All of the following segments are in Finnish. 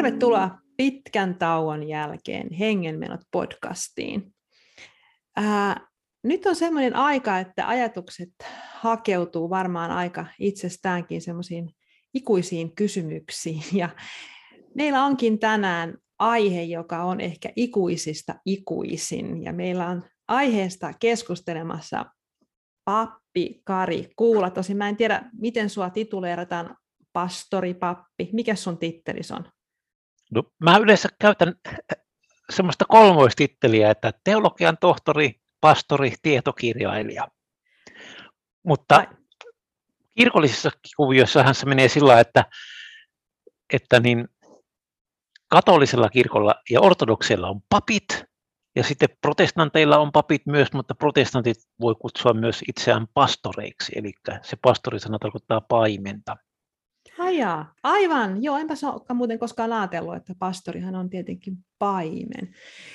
Tervetuloa pitkän tauon jälkeen Hengenmenot podcastiin. Nyt on semmoinen aika, että ajatukset hakeutuu varmaan aika itsestäänkin semmoisiin ikuisiin kysymyksiin. Ja meillä onkin tänään aihe, joka on ehkä ikuisista ikuisin. Ja meillä on aiheesta keskustelemassa pappi Kari Kuula. Tosin mä en tiedä, miten sua tituleerataan, pastori, pappi. Mikä sun tittelis on? No, mä yleensä käytän semmoista kolmoistitteliä, että teologian tohtori, pastori, tietokirjailija. Mutta kirkollisissa kuvioissahan se menee sillä lailla, että niin katolisella kirkolla ja ortodoksilla on papit, ja sitten protestanteilla on papit myös, mutta protestantit voi kutsua myös itseään pastoreiksi, eli se pastorisana tarkoittaa paimenta. Ajaa, aivan. Joo, enpä olekaan muuten koskaan ajatellut, että pastorihan on tietenkin paimen.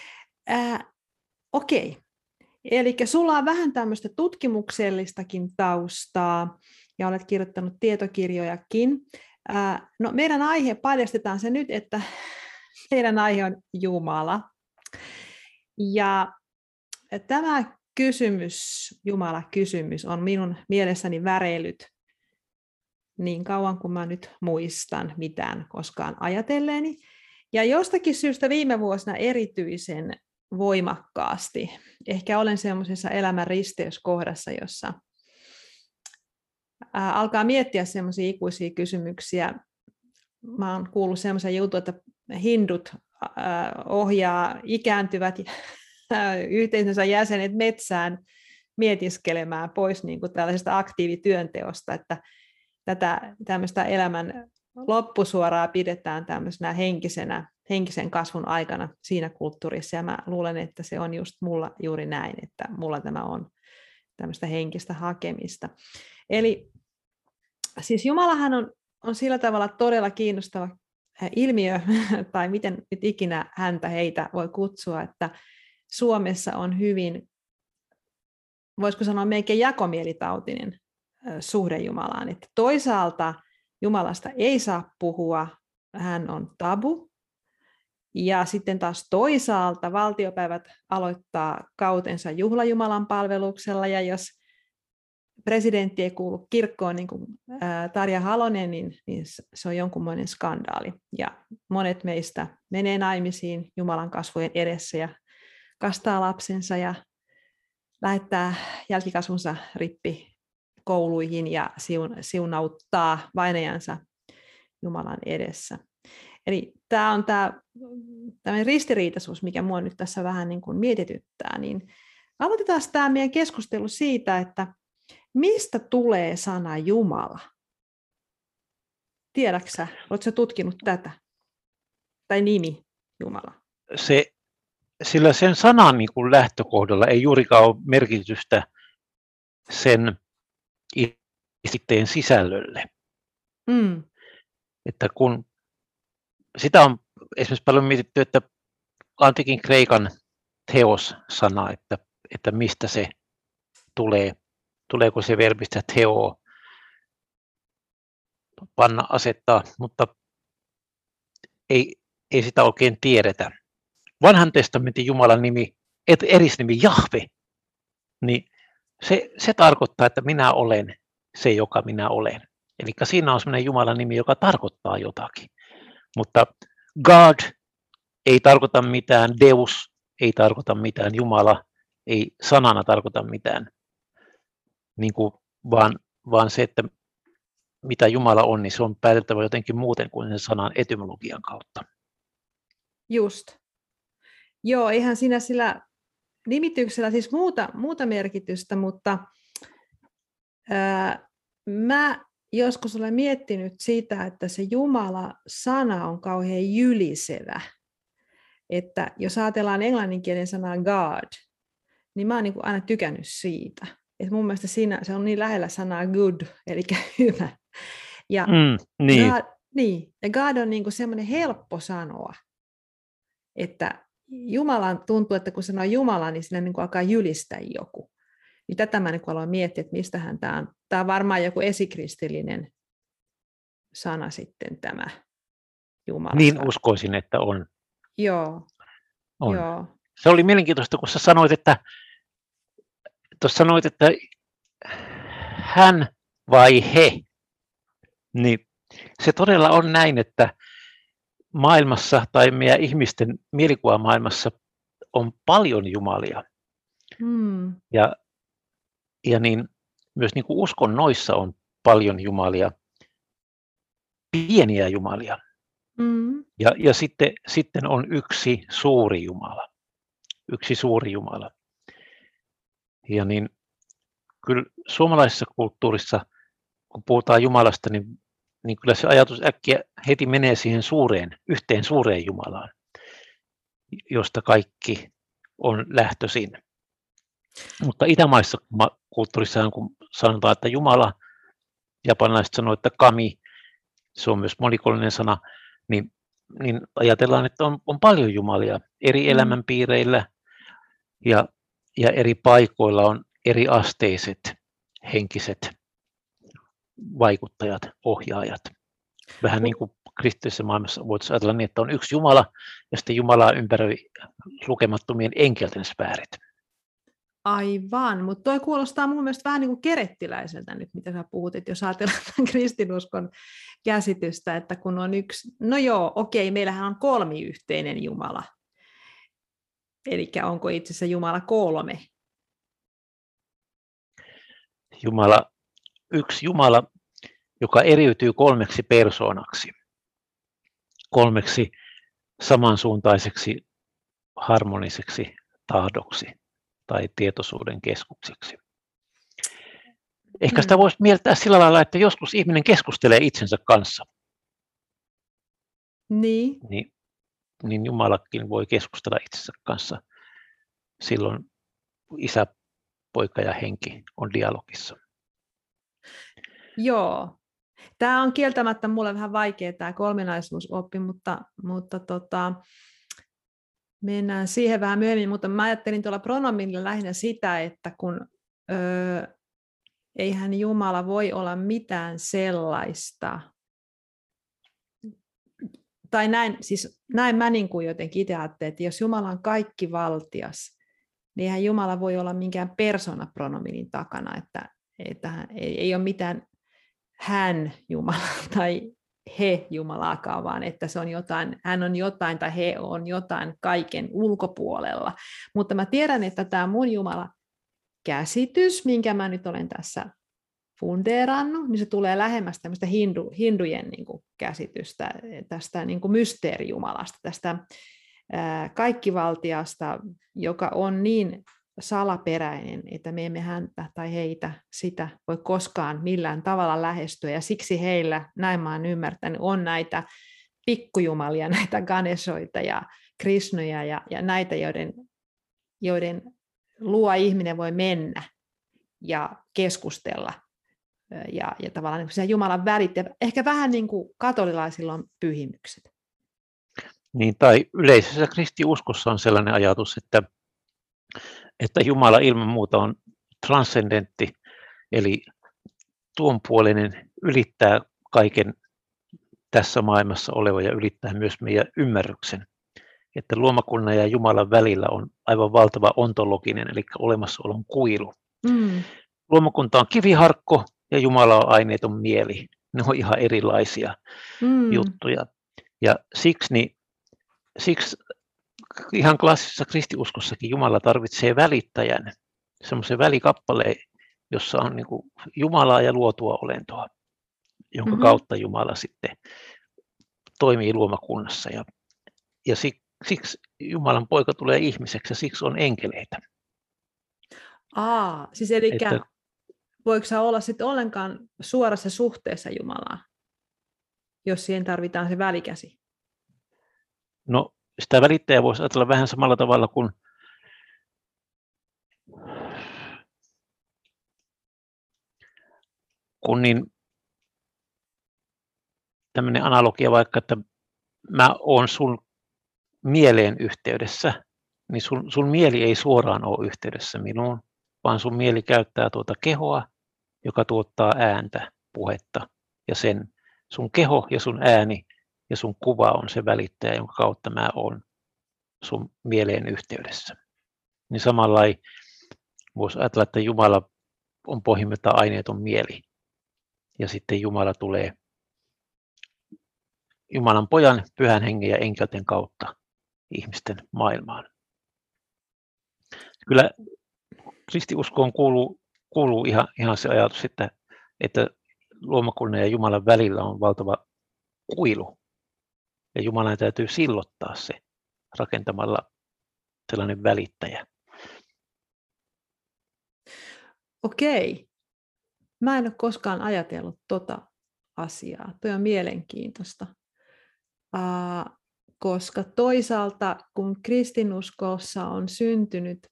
Okei, eli sulla on vähän tämmöistä tutkimuksellistakin taustaa, ja olet kirjoittanut tietokirjojakin. No, meidän aihe, paljastetaan se nyt, että meidän aihe on Jumala. Ja tämä kysymys, Jumala-kysymys, on minun mielessäni väreillyt niin kauan kuin mä nyt muistan mitään koskaan ajatelleeni. Ja jostakin syystä viime vuosina erityisen voimakkaasti. Ehkä olen semmoisessa elämän risteyskohdassa, jossa alkaa miettiä semmoisia ikuisia kysymyksiä. Mä oon kuullut semmoisen jutun, että hindut ohjaa ikääntyvät yhteisönsä jäsenet metsään mietiskelemään pois niin kuin tällaisesta aktiivityönteosta, että tätä tämmöistä elämän loppusuoraa pidetään tämmöisenä henkisen kasvun aikana siinä kulttuurissa, ja mä luulen, että se on just mulla juuri näin, että mulla tämä on tämmöistä henkistä hakemista. Eli siis Jumalahan on sillä tavalla todella kiinnostava ilmiö, tai miten nyt ikinä heitä voi kutsua, että Suomessa on hyvin, voisiko sanoa melkein jakomielitautinen suhde Jumalaan. Että toisaalta Jumalasta ei saa puhua, hän on tabu. Ja sitten taas toisaalta valtiopäivät aloittaa kautensa juhlajumalan palveluksella, ja jos presidentti ei kuulu kirkkoon, niin kuin Tarja Halonen, niin se on jonkunmoinen skandaali. Ja monet meistä menee naimisiin Jumalan kasvojen edessä ja kastaa lapsensa ja lähettää jälkikasvunsa rippikouluihin ja siunauttaa vainajansa Jumalan edessä. Eli tämä on tämmöinen ristiriitaisuus, mikä minua nyt tässä vähän niin kuin mietityttää. Niin aloitetaan tämä meidän keskustelu siitä, että mistä tulee sana Jumala? Tiedätkö, oletko tutkinut tätä? Tai nimi Jumala? Sillä sen sanan niin kuin lähtökohdalla ei juurikaan ole merkitystä sen käsitteen sisällölle. Että kun sitä on esimerkiksi paljon mietitty, että antiikin kreikan theos-sana, että mistä se tulee. Tuleeko se verbistä theo, panna, asettaa, mutta ei sitä oikein tiedetä. Vanhan testamentin Jumalan nimi, erisnimi Jahve, niin se tarkoittaa, että minä olen se, joka minä olen. Eli siinä on sellainen Jumalan nimi, joka tarkoittaa jotakin. Mutta God ei tarkoita mitään, Deus ei tarkoita mitään, Jumala ei sanana tarkoita mitään, niin kuin, vaan se, että mitä Jumala on, niin se on pääteltävä jotenkin muuten kuin sen sanan etymologian kautta. Just. Joo, eihän siinä sillä nimityksellä siis muuta merkitystä, mutta mä joskus olen miettinyt sitä, että se Jumala-sana on kauhean jylisevä. Että jos ajatellaan englanninkielen sanaa God, niin mä oon niin kuin aina tykännyt siitä. Että mun mielestä siinä se on niin lähellä sanaa good, eli hyvä. Ja God on niin kuin semmoinen helppo sanoa, että Jumalan tuntuu, että kun sanoo Jumala, niin siinä niin kuin alkaa jylistää joku. Niin tätä mä niin aloin miettiä, että mistähän tämä on. Tämä on varmaan joku esikristillinen sana sitten tämä Jumalasta. Niin uskoisin, että on. Joo, on. joo. Se oli mielenkiintoista, kun sä sanoit, että hän vai he, niin se todella on näin, että maailmassa tai meidän ihmisten mielikuvamaailmassa on paljon jumalia. Ja niin, myös niin kuin uskonnoissa on paljon jumalia, pieniä jumalia. Ja sitten on yksi suuri Jumala. Yksi suuri Jumala. Ja niin kyllä suomalaisessa kulttuurissa, kun puhutaan Jumalasta, niin kyllä se ajatus äkkiä heti menee siihen yhteen suureen Jumalaan, josta kaikki on lähtöisin. Mutta itämaissa kulttuurissa, kun sanotaan, että Jumala, japanilaiset sanoo, että kami, se on myös monikollinen sana, niin ajatellaan, että on paljon jumalia eri elämänpiireillä ja eri paikoilla on eri asteiset henkiset vaikuttajat, ohjaajat. Vähän niin kuin kristillisessä maailmassa voitaisiin ajatella niin, että on yksi Jumala ja sitten Jumalaa ympäröi lukemattomien enkelten sfäärit. Aivan, mutta toi kuulostaa mun mielestä vähän niin kuin kerettiläiseltä nyt, mitä sä puhut, että jos ajatellaan tämän kristinuskon käsitystä, että kun on yksi, no joo, okei, meillähän on kolmiyhteinen Jumala. Eli onko itse asiassa Jumala kolme? Yksi Jumala, joka eriytyy kolmeksi persoonaksi, kolmeksi samansuuntaiseksi harmoniseksi tahdoksi tai tietoisuuden keskukseksi. Ehkä sitä voisi mieltää sillä lailla, että joskus ihminen keskustelee itsensä kanssa. Niin Jumalakin voi keskustella itsensä kanssa. Silloin Isä, Poika ja Henki on dialogissa. Joo. Tämä on kieltämättä mulle vähän vaikea tämä kolminaisuusoppi, mutta mennään siihen vähän myöhemmin, mutta mä ajattelin tuolla pronomilla lähinnä sitä, että kun eihän Jumala voi olla mitään sellaista, tai näin mä niin kuin jotenkin itse ajattelin, että jos Jumala on kaikkivaltias, niin eihän Jumala voi olla minkään persoonapronominin takana, että ei ole mitään hän Jumala tai he Jumalaakaan, vaan että se on jotain, hän on jotain tai he on jotain kaiken ulkopuolella. Mutta mä tiedän, että tämä mun Jumala-käsitys, minkä mä nyt olen tässä fundeerannut, niin se tulee lähemmäs tämmöistä hindujen niin kuin käsitystä tästä niin kuin mysteerijumalasta, tästä kaikkivaltiasta, joka on niin salaperäinen, että me emme häntä tai heitä sitä voi koskaan millään tavalla lähestyä, ja siksi heillä, näin mä oon ymmärtänyt, on näitä pikkujumalia, näitä Ganeshoita ja Krishnoja ja näitä, joiden luo ihminen voi mennä ja keskustella ja tavallaan niin se Jumalan välittää. Ehkä vähän niin kuin katolilaisilla on pyhimykset. Niin, tai yleisessä kristiuskossa on sellainen ajatus, että Jumala ilman muuta on transcendentti, eli tuonpuolinen, ylittää kaiken tässä maailmassa oleva ja ylittää myös meidän ymmärryksen. Että luomakunnan ja Jumalan välillä on aivan valtava ontologinen, eli olemassaolon kuilu. Luomakunta on kiviharkko ja Jumala on aineeton mieli. Ne on ihan erilaisia juttuja. Ja siksi ihan klassisessa kristiuskossakin Jumala tarvitsee välittäjän, semmoisen välikappaleen, jossa on niin kuin Jumalaa ja luotua olentoa, jonka kautta Jumala sitten toimii luomakunnassa. Ja siksi Jumalan poika tulee ihmiseksi ja siksi on enkeleitä. Siis eli voiko sä olla sitten ollenkaan suorassa suhteessa Jumalaan, jos siihen tarvitaan se välikäsi? No, sitä välittäjää voisi ajatella vähän samalla tavalla kuin niin tämmöinen analogia vaikka, että mä oon sun mieleen yhteydessä, niin sun mieli ei suoraan ole yhteydessä minuun, vaan sun mieli käyttää tuota kehoa, joka tuottaa ääntä, puhetta, ja sun keho ja sun ääni ja sun kuva on se välittäjä, jonka kautta mä oon sun mieleen yhteydessä. Niin samalla voisi ajatella, että Jumala on pohjimmiltaan aineeton mieli. Ja sitten Jumala tulee Jumalan pojan, pyhän hengen ja enkelten kautta ihmisten maailmaan. Kyllä kristiuskoon kuuluu ihan se ajatus, että luomakunnan ja Jumalan välillä on valtava kuilu. Ja Jumalan täytyy sillottaa se rakentamalla sellainen välittäjä. Okei. Mä en ole koskaan ajatellut tota asiaa. Tuo on mielenkiintoista. Koska toisaalta, kun kristinuskossa on syntynyt,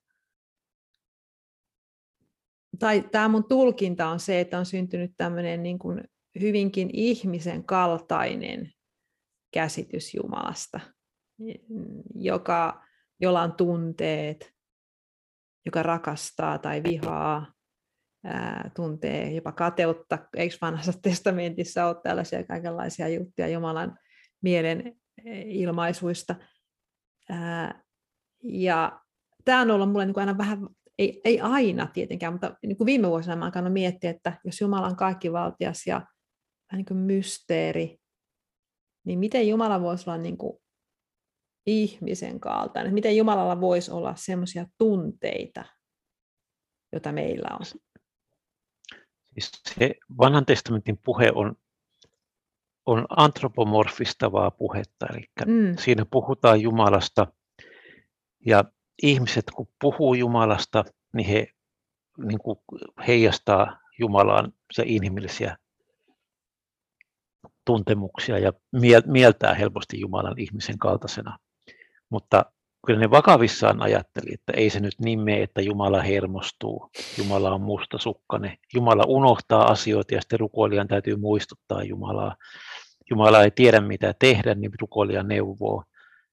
tai tämä mun tulkinta on se, että on syntynyt tämmöinen niin kuin hyvinkin ihmisen kaltainen käsitys Jumalasta, jolla on tunteet, joka rakastaa tai vihaa, tuntee jopa kateutta. Eikö vanhassa testamentissa ole tällaisia kaikenlaisia juttuja Jumalan mielen ilmaisuista? Ja tämä on ollut mulle niin kuin aina vähän, ei aina tietenkään, mutta niin kuin viime vuosina mä oon kannattanut miettiä, että jos Jumala on kaikkivaltias ja niin kuin mysteeri, niin miten Jumala voisi olla niin kuin ihmisen kaltainen? Miten Jumalalla voisi olla semmoisia tunteita, joita meillä on? Se vanhan testamentin puhe on antropomorfistavaa puhetta, eli siinä puhutaan Jumalasta, ja ihmiset kun puhuu Jumalasta, niin he niin kuin heijastaa Jumalaan se inhimillisiä tuntemuksia ja mieltää helposti Jumalan ihmisen kaltaisena. Mutta kyllä ne vakavissaan ajatteli, että ei se nyt niin mene, että Jumala hermostuu, Jumala on mustasukkainen, Jumala unohtaa asioita ja sitten rukoilijan täytyy muistuttaa Jumalaa. Jumala ei tiedä mitä tehdä, niin rukoilija neuvoo.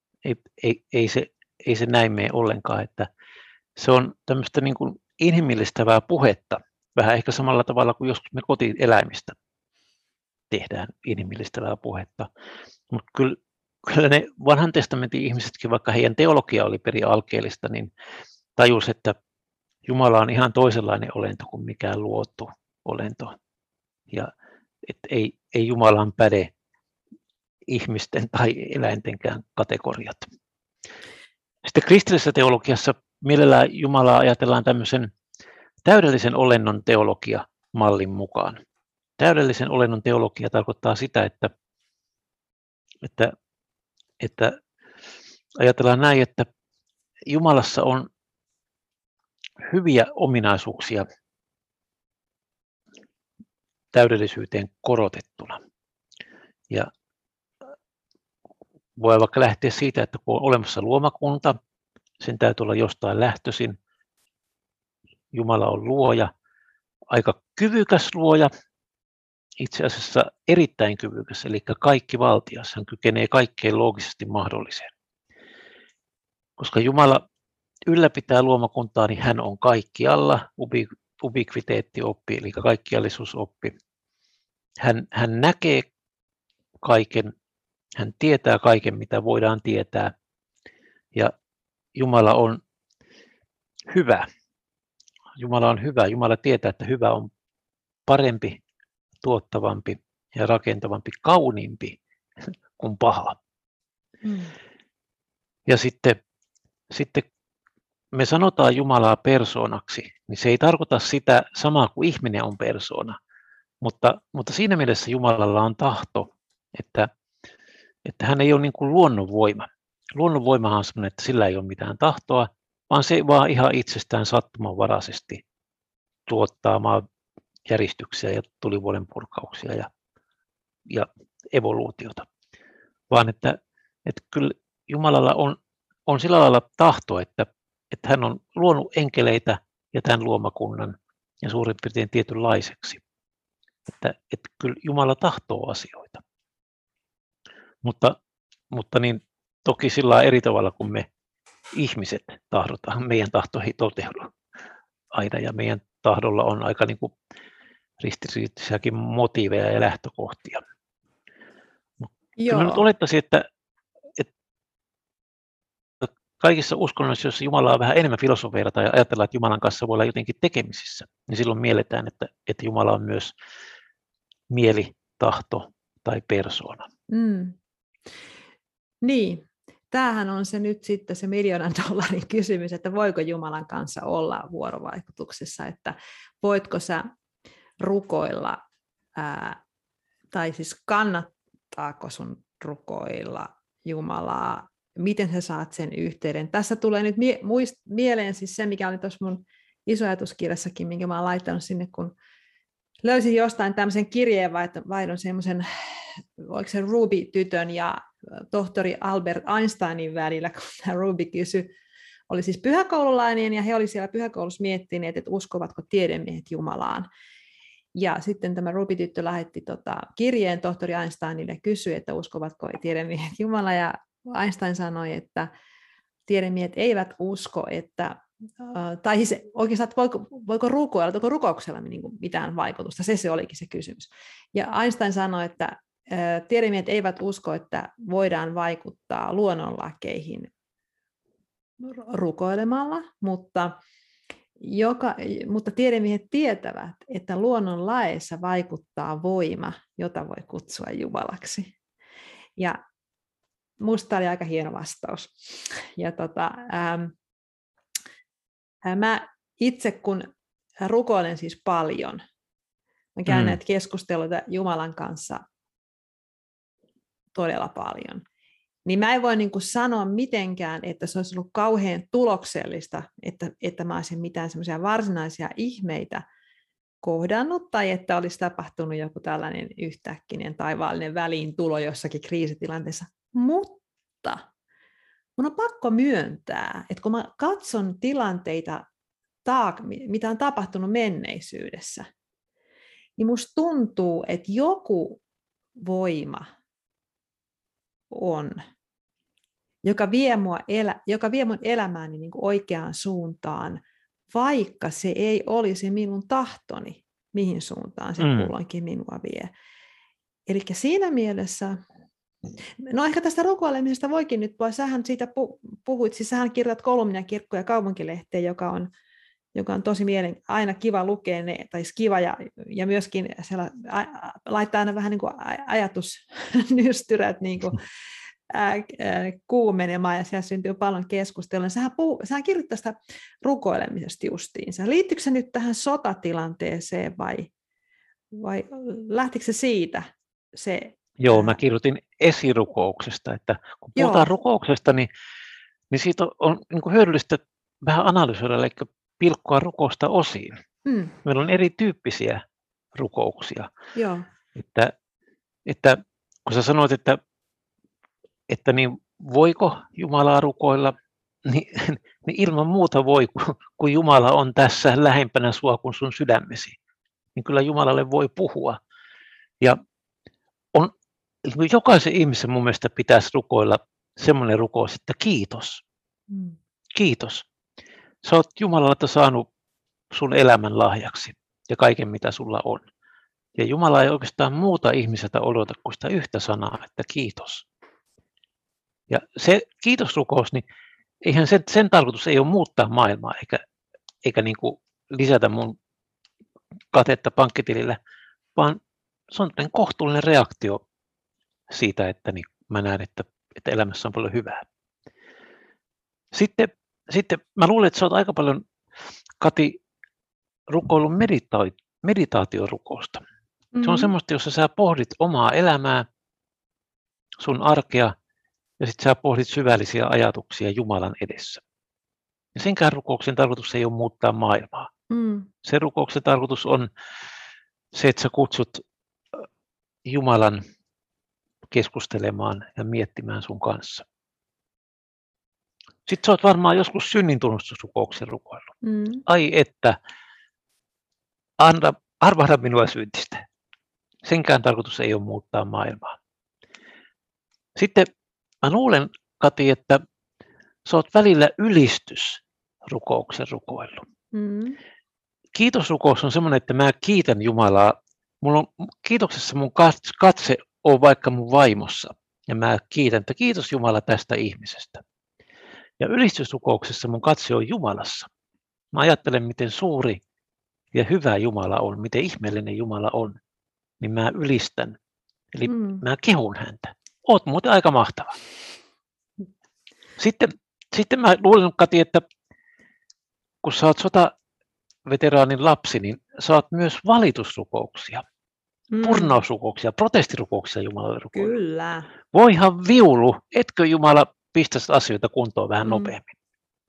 Ei se näin mene ollenkaan, että se on tämmöistä niin kuin inhimillistävää puhetta, vähän ehkä samalla tavalla kuin joskus me kotieläimistä tehdään inhimillistävää puhetta. Mutta kyllä ne vanhan testamentin ihmisetkin, vaikka heidän teologia oli perin alkeellista, niin tajus, että Jumala on ihan toisenlainen olento kuin mikään luotu olento. Ja että ei Jumalan päde ihmisten tai eläintenkään kategoriat. Sitten kristillisessä teologiassa mielellään Jumalaa ajatellaan tämmöisen täydellisen olennon teologia-mallin mukaan. Täydellisen olennon teologia tarkoittaa sitä, että ajatellaan näin, että Jumalassa on hyviä ominaisuuksia täydellisyyteen korotettuna. Ja voi vaikka lähteä siitä, että kun on olemassa luomakunta, sen täytyy olla jostain lähtöisin. Jumala on luoja, aika kyvykäs luoja, itse asiassa erittäin kyvykäs, eli kaikki valtias. Hän kykenee kaikkein loogisesti mahdolliseen. Koska Jumala ylläpitää luomakuntaa, niin hän on kaikkialla, ubiquiteettioppi, eli kaikkiallisuusoppi. Hän näkee kaiken, hän tietää kaiken, mitä voidaan tietää, ja Jumala on hyvä. Jumala on hyvä. Jumala tietää, että hyvä on parempi, tuottavampi ja rakentavampi, kauniimpi kuin paha. Ja sitten me sanotaan Jumalaa persoonaksi, niin se ei tarkoita sitä samaa kuin ihminen on persoona, mutta siinä mielessä Jumalalla on tahto, että hän ei ole niin kuin luonnonvoima. Luonnonvoimahan on sellainen, että sillä ei ole mitään tahtoa, vaan se vaan ihan itsestään sattumanvaraisesti tuottaa järjestyksiä ja tulivuoden purkauksia ja evoluutiota. Vaan että kyllä Jumalalla on sillä lailla tahto, että hän on luonut enkeleitä ja tämän luomakunnan ja suurin piirtein tietynlaiseksi. Että kyllä Jumala tahtoo asioita. Mutta niin toki sillä eri tavalla kuin me ihmiset tahdotaan. Meidän tahto ei toteudu aina ja meidän tahdolla on aika niin kuin ristiriitaisiakin motiiveja ja lähtökohtia. Kyllä mä nyt Joo. olettaisin, että kaikissa uskonnollisissa, joissa Jumala on vähän enemmän filosofeilla tai ajatellaan, että Jumalan kanssa voi olla jotenkin tekemisissä, niin silloin mielletään, että Jumala on myös mieli, tahto tai persoona. Niin, tämähän on se nyt sitten se $1 miljoonan kysymys, että voiko Jumalan kanssa olla vuorovaikutuksessa, että voitko sä rukoilla, tai siis kannattaako sun rukoilla Jumalaa, miten sä saat sen yhteyden. Tässä tulee nyt mieleen siis se, mikä oli tuossa mun isoajatuskirjassakin, minkä mä oon laittanut sinne, kun löysin jostain tämmöisen kirjeenvaihdon semmoisen, oliko se Ruby-tytön ja tohtori Albert Einsteinin välillä, kun tämä Ruby kysyi, oli siis pyhäkoululainen, ja he olivat siellä pyhäkoulussa miettineet, että uskovatko tiedemiehet Jumalaan. Ja sitten tämä Ruby-tyttö lähetti kirjeen tohtori Einsteinille ja kysyi, että uskovatko tiedemiehet Jumalaa, ja Einstein sanoi, että tiedemiehet eivät usko, että tai siis oikeastaan, voiko rukoilla, onko rukouksella mitään vaikutusta, se olikin se kysymys. Ja Einstein sanoi, että tiedemiehet eivät usko, että voidaan vaikuttaa luonnonlakeihin rukoilemalla, mutta tiedemiehet tietävät, että luonnonlaeissa vaikuttaa voima, jota voi kutsua Jumalaksi. Ja musta oli aika hieno vastaus. Ja mä itse, kun rukoilen siis paljon, mä käyn näitä keskusteluita Jumalan kanssa todella paljon, niin mä en voi sanoa mitenkään, että se olisi ollut kauhean tuloksellista, että mä olisin mitään semmoisia varsinaisia ihmeitä kohdannut, tai että olisi tapahtunut joku tällainen yhtäkkinen taivaallinen väliintulo jossakin kriisitilanteessa. Mutta mun on pakko myöntää, että kun mä katson tilanteita, mitä on tapahtunut menneisyydessä, niin musta tuntuu, että joku voima on, joka vie mun elämääni niin kuin oikeaan suuntaan, vaikka se ei olisi minun tahtoni, mihin suuntaan se kulloinkin minua vie. Eli siinä mielessä, no ehkä tästä rukoilemisesta voikin nyt puhua. Sähän siitä puhuit, siis sähän kirjoitat kolumnia Kirkko- ja kaupunkilehteen, joka on tosi aina kiva lukea, tai kiva ja myöskin siellä laittaa aina vähän niin kuin ajatusnystyrät niin kuin kuumenemaan, ja siellä syntyy paljon keskustelua. Sähän kirjoitit tästä rukoilemisesta justiinsa. Liittyykö se nyt tähän sotatilanteeseen vai lähtikö se siitä? Joo, mä kirjoitin esirukouksesta, että kun puhutaan rukouksesta, niin siitä on niin kuin hyödyllistä vähän analysoida, eli pilkkoa rukousta osiin. Meillä on erityyppisiä rukouksia. Joo. Että kun sä sanoit, että niin voiko Jumalaa rukoilla, niin ilman muuta voi, kun Jumala on tässä lähempänä sua kuin sun sydämesi, niin kyllä Jumalalle voi puhua. Ja jokaisen ihmisen mun mielestä pitäisi rukoilla semmoinen rukous, että kiitos. Kiitos. Sä oot Jumalalta saanut sun elämän lahjaksi ja kaiken, mitä sulla on. Ja Jumala ei oikeastaan muuta ihmiseltä odota kuin sitä yhtä sanaa, että kiitos. Ja se kiitosrukous, niin eihän sen tarkoitus ei ole muuttaa maailmaa, eikä niin kuin lisätä mun katetta pankkitilille, vaan se on kohtuullinen reaktio siitä, että niin mä näen, että elämässä on paljon hyvää. Sitten mä luulen, että sä oot aika paljon, Kati, rukoillut meditaatiorukousta. Se on semmoista, jossa sä pohdit omaa elämää, sun arkea, ja sitten sä pohdit syvällisiä ajatuksia Jumalan edessä. Ja senkään rukouksen tarkoitus ei ole muuttaa maailmaa. Se rukouksen tarkoitus on se, että sä kutsut Jumalan keskustelemaan ja miettimään sun kanssa. Sitten sä oot varmaan joskus synnintunnustusrukouksen rukoillut. Ai että, arvahda minua syntistä. Senkään tarkoitus ei ole muuttaa maailmaa. Sitten mä luulen, Kati, että sä oot välillä ylistysrukouksen rukoillut. Kiitosrukous on semmoinen, että mä kiitän Jumalaa. Kiitoksessa mun katse on vaikka mun vaimossa. Ja mä kiitän, että kiitos Jumala tästä ihmisestä. Ja ylistysrukouksessa mun katse on Jumalassa. Mä ajattelen, miten suuri ja hyvä Jumala on, miten ihmeellinen Jumala on. Niin mä ylistän. Eli mä kehun häntä. Oot muuten aika mahtava. Sitten mä luulen, Kati, että kun sä oot sotaveteraanin lapsi, niin saat myös valitusrukouksia, purnausrukouksia, protestirukouksia Jumalalle rukoilla. Kyllä. Voihan viulu, etkö Jumala pistäisi asioita kuntoon vähän nopeammin.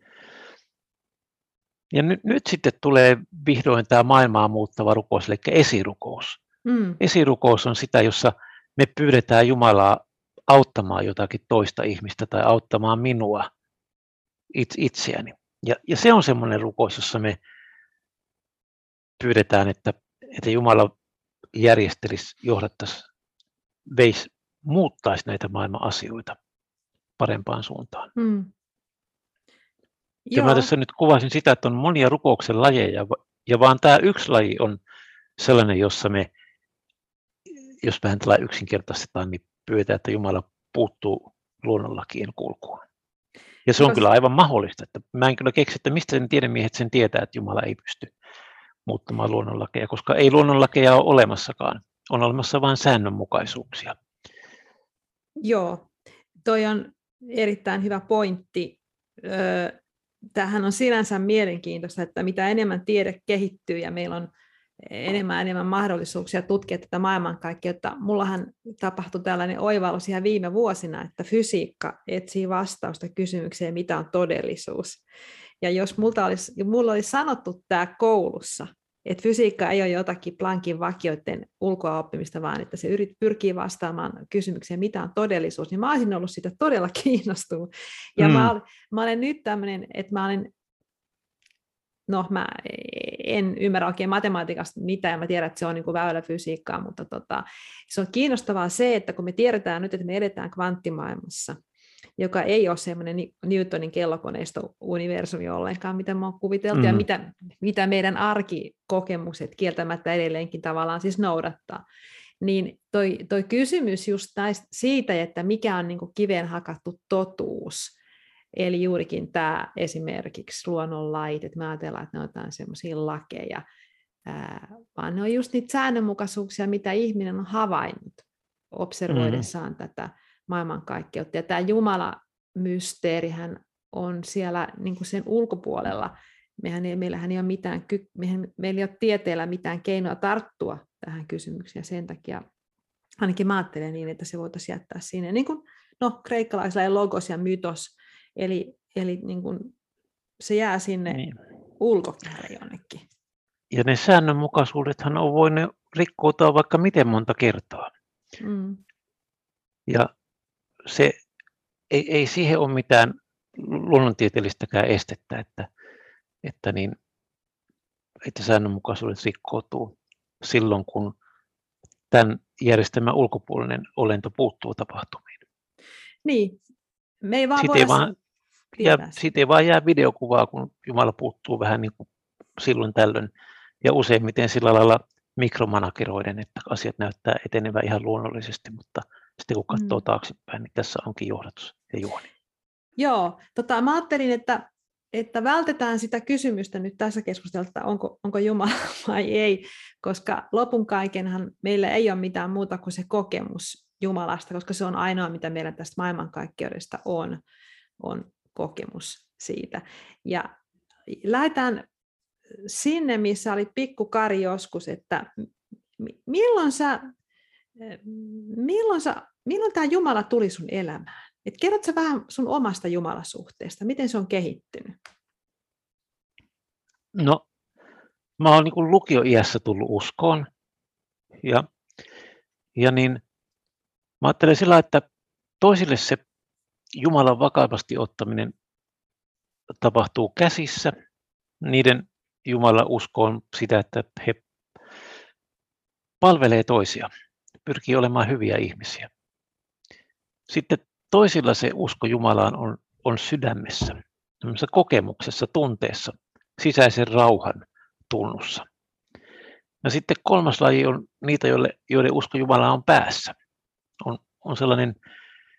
Ja nyt sitten tulee vihdoin tämä maailmaa muuttava rukous, eli esirukous. Esirukous on sitä, jossa me pyydetään Jumalaa auttamaan jotakin toista ihmistä tai auttamaan minua itseäni. Ja se on semmoinen rukous, jossa me pyydetään, että Jumala järjestelisi, johdattaisi, muuttaisi näitä maailman asioita parempaan suuntaan. Ja mä tässä nyt kuvasin sitä, että on monia rukouksen lajeja, ja vaan tämä yksi laji on sellainen, jossa me, jos vähän tällä yksinkertaistetaan, niin pyydetään, että Jumala puuttuu luonnonlakien kulkuun. Ja se on kyllä aivan mahdollista. Että mä en kyllä keksi, että mistä sen tiedemiehet sen tietää, että Jumala ei pysty muuttamaan luonnonlakeja, koska ei luonnonlakeja ole olemassakaan. On olemassa vain säännönmukaisuuksia. Joo, toi on erittäin hyvä pointti. Tämähän on sinänsä mielenkiintoista, että mitä enemmän tiede kehittyy ja meillä on enemmän mahdollisuuksia tutkia tätä maailmankaikkeutta. Mullahan tapahtui tällainen oivallus ihan viime vuosina, että fysiikka etsii vastausta kysymykseen, mitä on todellisuus. Ja jos mulla olisi sanottu tämä koulussa, että fysiikka ei ole jotakin Planckin vakioiden ulkoa oppimista, vaan että se pyrkii vastaamaan kysymykseen, mitä on todellisuus, niin mä olisin ollut siitä todella kiinnostunut. Ja mä olen nyt tämmöinen, että mä en ymmärrä oikein matematiikasta mitään, ja mä tiedän, että se on niin kuin väyläfysiikkaa, mutta se on kiinnostavaa se, että kun me tiedetään nyt, että me edetään kvanttimaailmassa, joka ei ole semmoinen Newtonin kellokoneisto-universumi ollenkaan, mitä me on kuviteltu, ja mitä meidän arkikokemukset kieltämättä edelleenkin tavallaan siis noudattaa. Niin toi kysymys just siitä, että mikä on niin kuin kiveen hakattu totuus, eli juurikin tämä esimerkiksi luonnonlait, että me ajatellaan, että ne on jotain semmoisia lakeja, vaan ne on just niitä säännönmukaisuuksia, mitä ihminen on havainnut observoidessaan tätä maailmankaikkeutta. Ja tämä Jumala-mysteerihän on siellä niin kuin sen ulkopuolella. Meillähän ei ole meillä ei ole tieteellä mitään keinoa tarttua tähän kysymykseen. Sen takia ainakin mä ajattelen niin, että se voitaisiin jättää sinne. Niin kuin kreikkalaisilla logos ja mytos. Eli niin kuin se jää sinne ulkopuolelle jonnekin. Ja ne säännönmukaisuudethan on voinut rikkoutua vaikka miten monta kertaa. Ja se ei siihen ole mitään luonnontieteellistäkään estettä, että säännönmukaisuudet rikkoutuu silloin, kun tämän järjestelmän ulkopuolinen olento puuttuu tapahtumiin. Niin, me ei vaan siitä ei vaan jää videokuvaa, kun Jumala puuttuu vähän niin kuin silloin tällöin, ja useimmiten sillä lailla mikromanageroiden, että asiat näyttää etenevän ihan luonnollisesti, mutta sitten kun katsoo taaksepäin, niin tässä onkin johdatus ja juoni. Joo, mä ajattelin, että vältetään sitä kysymystä nyt tässä keskustelussa, että onko Jumala vai ei, koska lopun kaikenhan meillä ei ole mitään muuta kuin se kokemus Jumalasta, koska se on ainoa, mitä meillä tästä maailmankaikkeudesta on kokemus siitä. Ja lähdetään sinne, missä oli pikku Kari joskus, että milloin tämä Jumala tuli sun elämään? Et kerrotko sä vähän sun omasta Jumalasuhteesta? Miten se on kehittynyt? No, mä oon niin lukioiässä tullut uskoon. Ja niin, mä ajattelen sillä, että toisille se Jumalan vakavasti ottaminen tapahtuu käsissä. Niiden Jumala uskoon sitä, että he palvelee toisia, pyrkii olemaan hyviä ihmisiä. Sitten toisilla se usko Jumalaan on sydämessä, kokemuksessa, tunteessa, sisäisen rauhan tunnussa. Ja sitten kolmas laji on niitä, joiden usko Jumalaan on päässä. On sellainen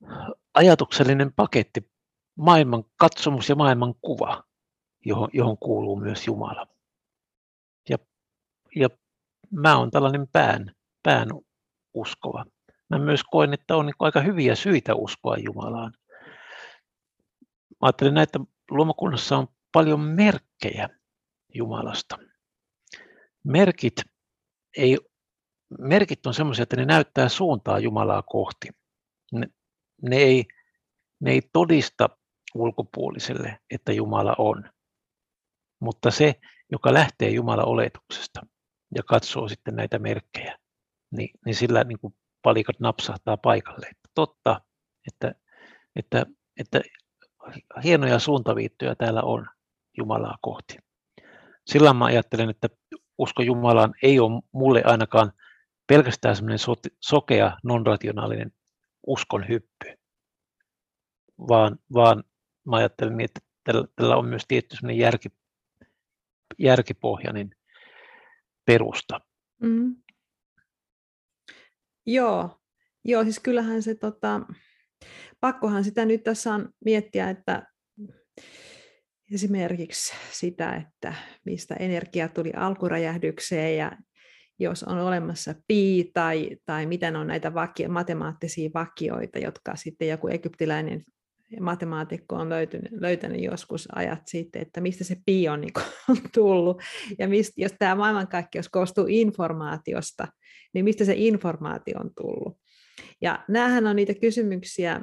ajatuksellinen paketti, maailman katsomus ja maailman kuva, johon kuuluu myös Jumala. Ja mä oon tällainen pään uskova. Mä myös koen, että on niin aika hyviä syitä uskoa Jumalaan. Mä ajattelen näin, että luomakunnassa on paljon merkkejä Jumalasta. Merkit on semmoisia, että ne näyttää suuntaa Jumalaa kohti. Ne ei todista ulkopuoliselle, että Jumala on. Mutta se, joka lähtee Jumalan oletuksesta ja katsoo sitten näitä merkkejä, niin sillä niin kuin palikat napsahtaa paikalle. Että totta, että hienoja suuntaviittoja täällä on Jumalaa kohti. Sillä mä ajattelen, että usko Jumalaan ei ole mulle ainakaan pelkästään semmoinen sokea, non-rationaalinen uskon hyppy, vaan mä ajattelen, että tällä on myös tietty semmoinen järkipohjainen perusta. Mm. Joo, siis kyllähän se, pakkohan sitä nyt tässä on miettiä, että esimerkiksi sitä, että mistä energia tuli alkuräjähdykseen ja jos on olemassa pi tai mitä on näitä matemaattisia vakioita, jotka sitten joku egyptiläinen matemaatikko on löytänyt joskus ajat sitten, että mistä se pi on tullut. Ja jos tämä maailmankaikkeus koostuu informaatiosta, niin mistä se informaatio on tullut. Ja näähän on niitä kysymyksiä,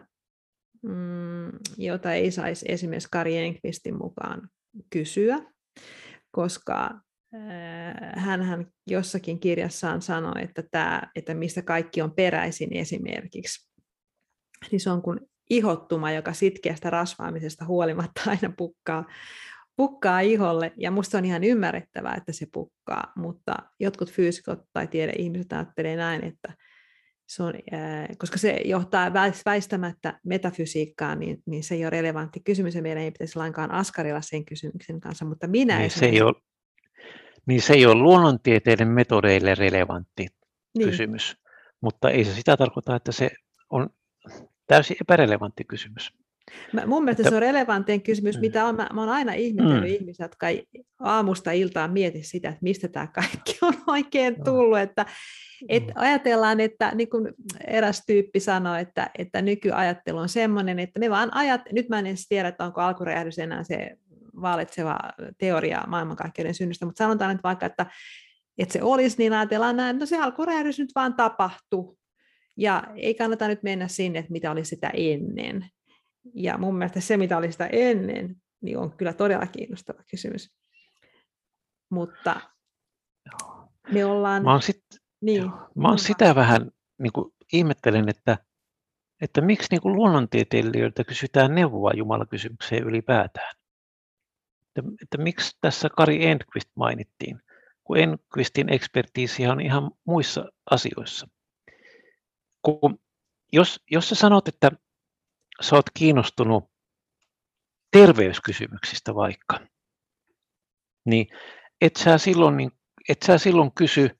joita ei saisi esimerkiksi Kari Enqvistin mukaan kysyä, koska hän jossakin kirjassaan sanoi, että mistä kaikki on peräisin esimerkiksi, niin se on kuin ihottuma, joka sitkeästä rasvaamisesta huolimatta aina pukkaa iholle, ja musta on ihan ymmärrettävää, että se pukkaa, mutta jotkut fyysikot tai tiedeihmiset ajattelee näin, että se on, koska se johtaa väistämättä metafysiikkaan, niin se ei ole relevantti kysymys, ja meidän ei pitäisi lainkaan askarilla sen kysymyksen kanssa, mutta se ei ole luonnontieteiden metodeille relevantti kysymys, mutta ei se sitä tarkoita, että se on täysin epärelevantti kysymys. Mun mielestä se on relevantin kysymys, mitä mä oon aina ihmetellyt ihmisiä, jotka ei aamusta iltaan mieti sitä, että mistä tämä kaikki on oikein tullut. Että ajatellaan, että niin kuin eräs tyyppi sanoi, että nykyajattelu on semmoinen, että me vaan nyt mä en edes tiedä, että onko alkuräjähdys enää se vaalitseva teoria maailmankaikkeuden synnystä, mutta sanotaan nyt vaikka, että se olisi, niin ajatellaan näin, että se alkuräjähdys nyt vaan tapahtui. Ja ei kannata nyt mennä sinne, että mitä oli sitä ennen. Ja mun mielestä se, mitä oli sitä ennen, niin on kyllä todella kiinnostava kysymys. Mutta me ollaan... Mä oon sitä vähän niin kuin ihmettelen, että miksi niin kuin luonnontieteilijöiltä kysytään neuvoa Jumalakysymykseen ylipäätään. Että miksi tässä Kari Enqvist mainittiin, kun Enqvistin ekspertiisiä on ihan muissa asioissa. Jos sä sanot, että sä oot kiinnostunut terveyskysymyksistä vaikka, niin et sä silloin kysy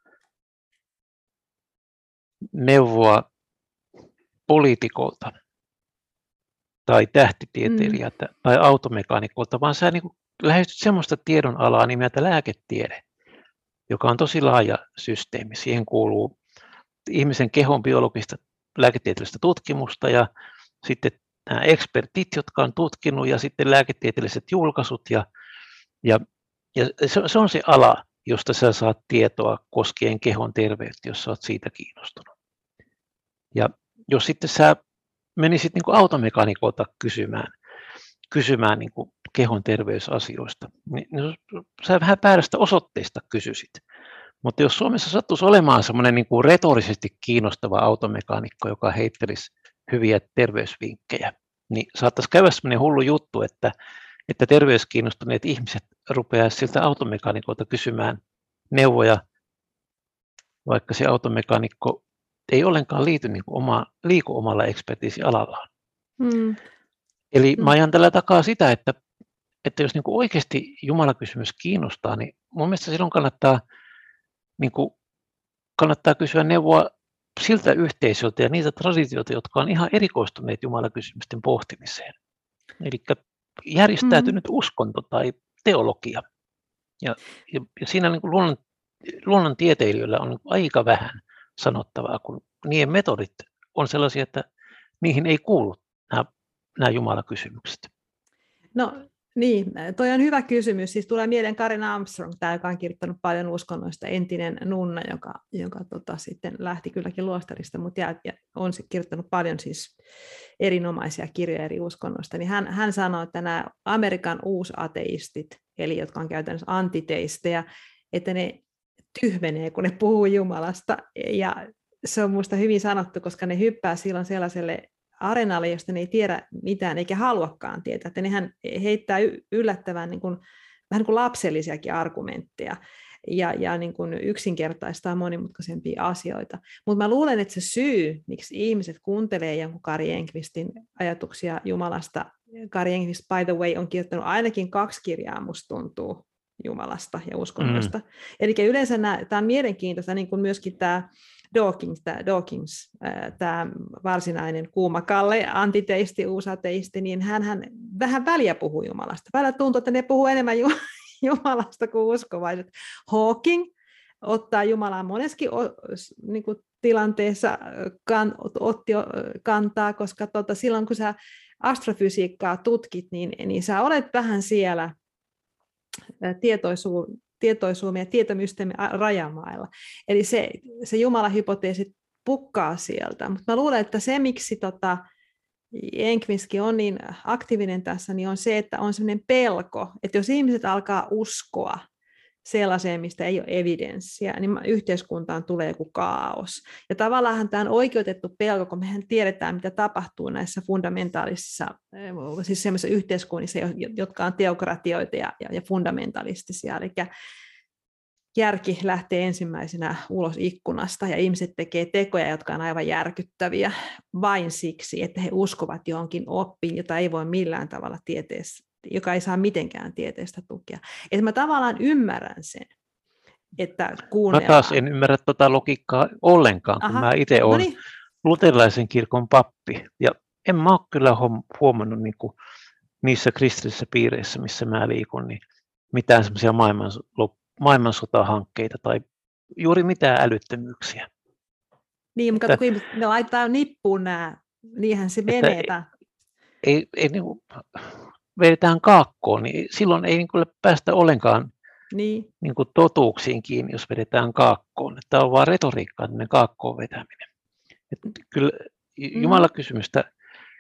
neuvoa poliitikolta tai tähtitieteilijältä tai automekaanikolta, vaan sä niin kuin lähestyt semmoista tiedonalaa nimeltä lääketiede, joka on tosi laaja systeemi. Siihen kuuluu ihmisen kehon biologista lääketieteellistä tutkimusta ja sitten nämä ekspertit, jotka on tutkinut, ja sitten lääketieteelliset julkaisut. Ja se on se ala, josta sä saat tietoa koskien kehon terveyttä, jos sä oot siitä kiinnostunut. Ja jos sitten sä menisit niin kuin automekanikolta kysymään niin kuin kehon terveysasioista, niin sä vähän väärästä osoitteesta kysyisit. Mutta jos Suomessa sattuisi olemaan semmoinen niin kuin retorisesti kiinnostava automekaanikko, joka heittelisi hyviä terveysvinkkejä, niin saattaisi käydä semmoinen hullu juttu, että terveyskiinnostuneet ihmiset rupeaisivat siltä automekaanikolta kysymään neuvoja, vaikka se automekaanikko ei ollenkaan liiku omalla ekspertiisialallaan. Eli mä ajan tällä takaa sitä, että jos niin kuin oikeasti Jumalakysymys kiinnostaa, niin mun mielestä silloin kannattaa kysyä neuvoa siltä yhteisöltä ja niitä traditioita, jotka on ihan erikoistuneet Jumalakysymysten pohtimiseen. Eli järjestäytynyt uskonto tai teologia. Ja siinä niin kuin luonnontieteilijöillä on aika vähän sanottavaa, kun niiden metodit on sellaisia, että niihin ei kuulu nämä Jumalakysymykset. No niin, toi on hyvä kysymys. Siis tulee mieleen Karen Armstrong, tämä, joka on kirjoittanut paljon uskonnoista, entinen nunna, joka sitten lähti kylläkin luostarista, mutta on kirjoittanut paljon siis erinomaisia kirjoja eri uskonnoista. Niin hän sanoi, että nämä Amerikan uusateistit, eli jotka on käytännössä antiteisteja, että ne tyhmenee, kun ne puhuu Jumalasta. Ja se on minusta hyvin sanottu, koska ne hyppää silloin sellaiselle areenalle, josta ne ei tiedä mitään eikä haluakaan tietää. Että nehän heittää yllättävän vähän niin kuin lapsellisiakin argumentteja ja niin kuin yksinkertaistaa monimutkaisempia asioita. Mutta mä luulen, että se syy, miksi ihmiset kuuntelee jonkun Kari Enqvistin ajatuksia Jumalasta, Kari Enqvist, by the way, on kirjoittanut ainakin 2 kirjaa, musta tuntuu, Jumalasta ja uskonnoista. Eli yleensä tämä on mielenkiintoista, niin kuin myöskin tämä Dawkins, tämä varsinainen kuumakalle, antiteisti, uusateisti, niin hän vähän väliä puhuu Jumalasta. Välillä tuntuu, että ne puhuu enemmän Jumalasta kuin uskovaiset. Hawking ottaa Jumalaan moneskin niin kuin tilanteessa otti kantaa, koska silloin kun sä astrofysiikkaa tutkit, niin sä olet vähän siellä tietoisuuden ja tietämysten rajamailla. Eli se Jumala-hypoteesi pukkaa sieltä. Mutta mä luulen, että se, miksi Enqvistkin on niin aktiivinen tässä, niin on se, että on sellainen pelko, että jos ihmiset alkaa uskoa sellaiseen, mistä ei ole evidenssiä, niin yhteiskuntaan tulee joku kaos. Ja tavallaan tämä on oikeutettu pelko, kun mehän tiedetään, mitä tapahtuu näissä fundamentaalisissa, siis sellaisissa yhteiskunnissa, jotka on teokratioita ja fundamentalistisia. Eli järki lähtee ensimmäisenä ulos ikkunasta ja ihmiset tekee tekoja, jotka on aivan järkyttäviä vain siksi, että he uskovat johonkin oppiin, jota ei voi millään tavalla joka ei saa mitenkään tieteestä tukea. Että mä tavallaan ymmärrän sen, että kuunnellaan. Mä taas en ymmärrä tuota logiikkaa ollenkaan, kun mä itse olen luterilaisen kirkon pappi. Ja en mä ole kyllä huomannut niin kuin niissä kristillisissä piireissä, missä mä liikun, niin mitään semmoisia maailmansotahankkeita tai juuri mitään älyttömyyksiä. Niin, mutta kun ne laittaa nippuun niinhän se menee. Ei niin kuin vedetään kaakkoon, niin silloin ei niin kuin päästä ollenkaan niin kuin totuuksiin kiinni, jos vedetään kaakkoon. Tämä on vaan retoriikkaa, tämmöinen kaakkoon vetäminen. Että kyllä Jumalakysymystä,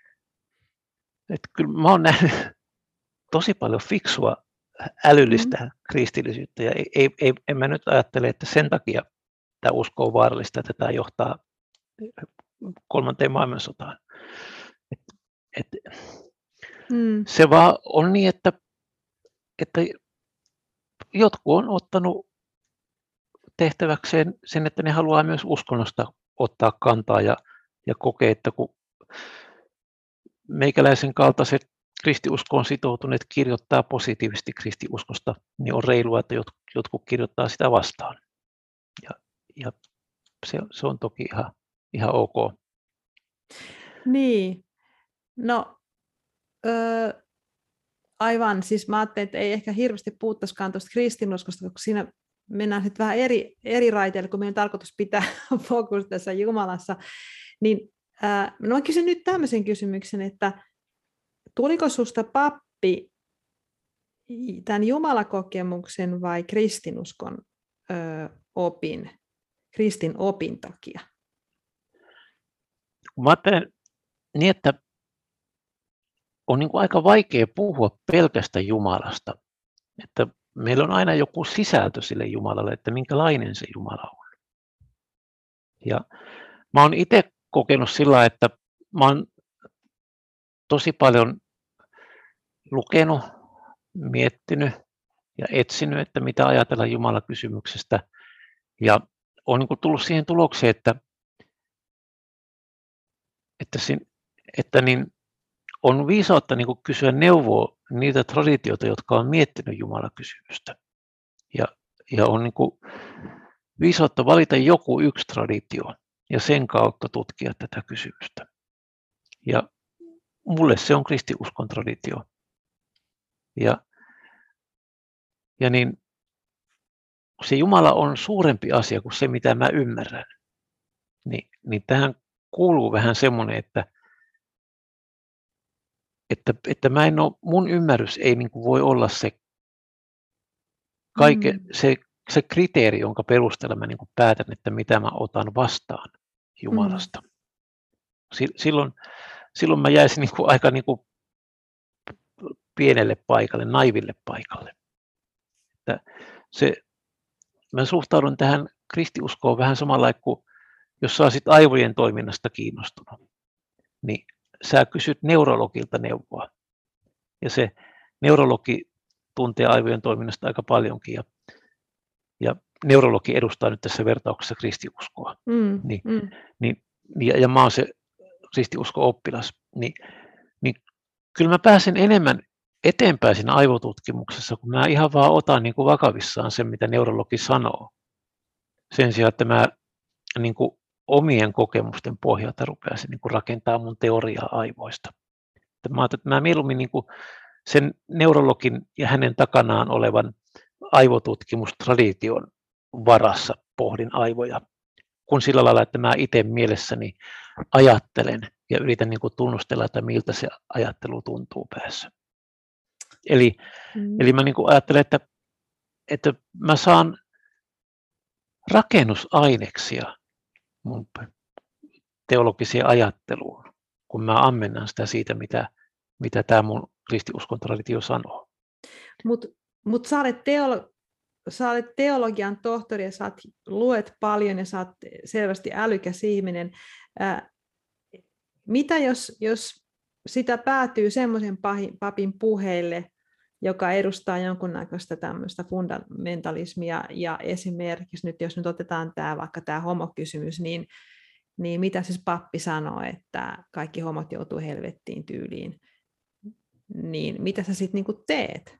että kyllä mä oon nähnyt tosi paljon fiksua, älyllistä kristillisyyttä, ja en mä nyt ajattele, että sen takia tämä usko on vaarallista, että tämä johtaa 3. maailmansotaan. Se vaan on niin, että jotkut on ottanut tehtäväkseen sen, että ne haluaa myös uskonnosta ottaa kantaa ja kokee, että kun meikäläisen kaltaiset kristiuskoon sitoutuneet kirjoittaa positiivisesti kristiuskosta, niin on reilua, että jotkut kirjoittaa sitä vastaan. Ja se on toki ihan ok. Niin, no aivan, siis mä ajattelin, että ei ehkä hirveästi puhuttaisikaan tuosta kristinuskosta, koska siinä mennään nyt vähän eri raiteille, kun meidän tarkoitus pitää fokus tässä Jumalassa. Niin mä kysyn nyt tämmöisen kysymyksen, että tuliko susta pappi tämän Jumalakokemuksen vai kristinuskon kristin opin takia? Mä ajattelen niin, että on niin kuin aika vaikea puhua pelkästä Jumalasta. Että meillä on aina joku sisältö sille Jumalalle, että minkälainen se Jumala on. Ja mä oon itse kokenut sillä, että mä oon tosi paljon lukenut, miettinyt ja etsinyt, että mitä ajatella Jumalakysymyksestä. Ja olen niin kuin tullut siihen tulokseen, että niin on viisautta niin kuin kysyä neuvoa niitä traditioita, jotka on miettinyt Jumalakysymystä. Ja on niin kuin viisautta valita joku yksi traditio, ja sen kautta tutkia tätä kysymystä. Ja mulle se on kristinuskon traditio. Ja niin se Jumala on suurempi asia kuin se, mitä mä ymmärrän. Niin tähän kuuluu vähän semmoinen, että mä en ole, mun ymmärrys ei niin kuin voi olla se kriteeri, jonka perusteella mä niin kuin päätän, että mitä mä otan vastaan Jumalasta. Silloin mä jäisin niin kuin aika niin kuin pienelle paikalle, naiville paikalle. Mä suhtaudun tähän kristiuskoon vähän samalla kuin jos sä olisit aivojen toiminnasta kiinnostunut, niin sä kysyt neurologilta neuvoa. Ja se neurologi tuntee aivojen toiminnasta aika paljonkin. Ja neurologi edustaa nyt tässä vertauksessa kristiuskoa. Ja mä oon se kristiusko-oppilas. Niin kyllä mä pääsen enemmän eteenpäin siinä aivotutkimuksessa, kun mä ihan vaan otan niin kuin vakavissaan sen, mitä neurologi sanoo. Sen sijaan, että mä niin kuin omien kokemusten pohjalta rupeaisin niin kuin rakentaa mun teoriaa aivoista. Mä mieluummin niin kuin sen neurologin ja hänen takanaan olevan aivotutkimustradition varassa pohdin aivoja, kun sillä lailla, että mä itse mielessäni ajattelen ja yritän niin kuin tunnustella, että miltä se ajattelu tuntuu päässä. Eli mä niin kuin ajattelen, että mä saan rakennusaineksia mun teologiseen ajatteluun, kun mä ammennan sitä siitä, mitä tämä mun kristiuskon traditio sanoo. Mut sä olet teologian tohtori ja luet paljon ja sä oot selvästi älykäs ihminen. Mitä jos sitä päätyy semmoisen papin puheille, joka edustaa jonkunnäköistä tämmöistä fundamentalismia, ja esimerkiksi nyt, jos nyt otetaan vaikka tämä homokysymys, niin mitä siis pappi sanoo, että kaikki homot joutuu helvettiin tyyliin, niin mitä sä sitten niinku teet?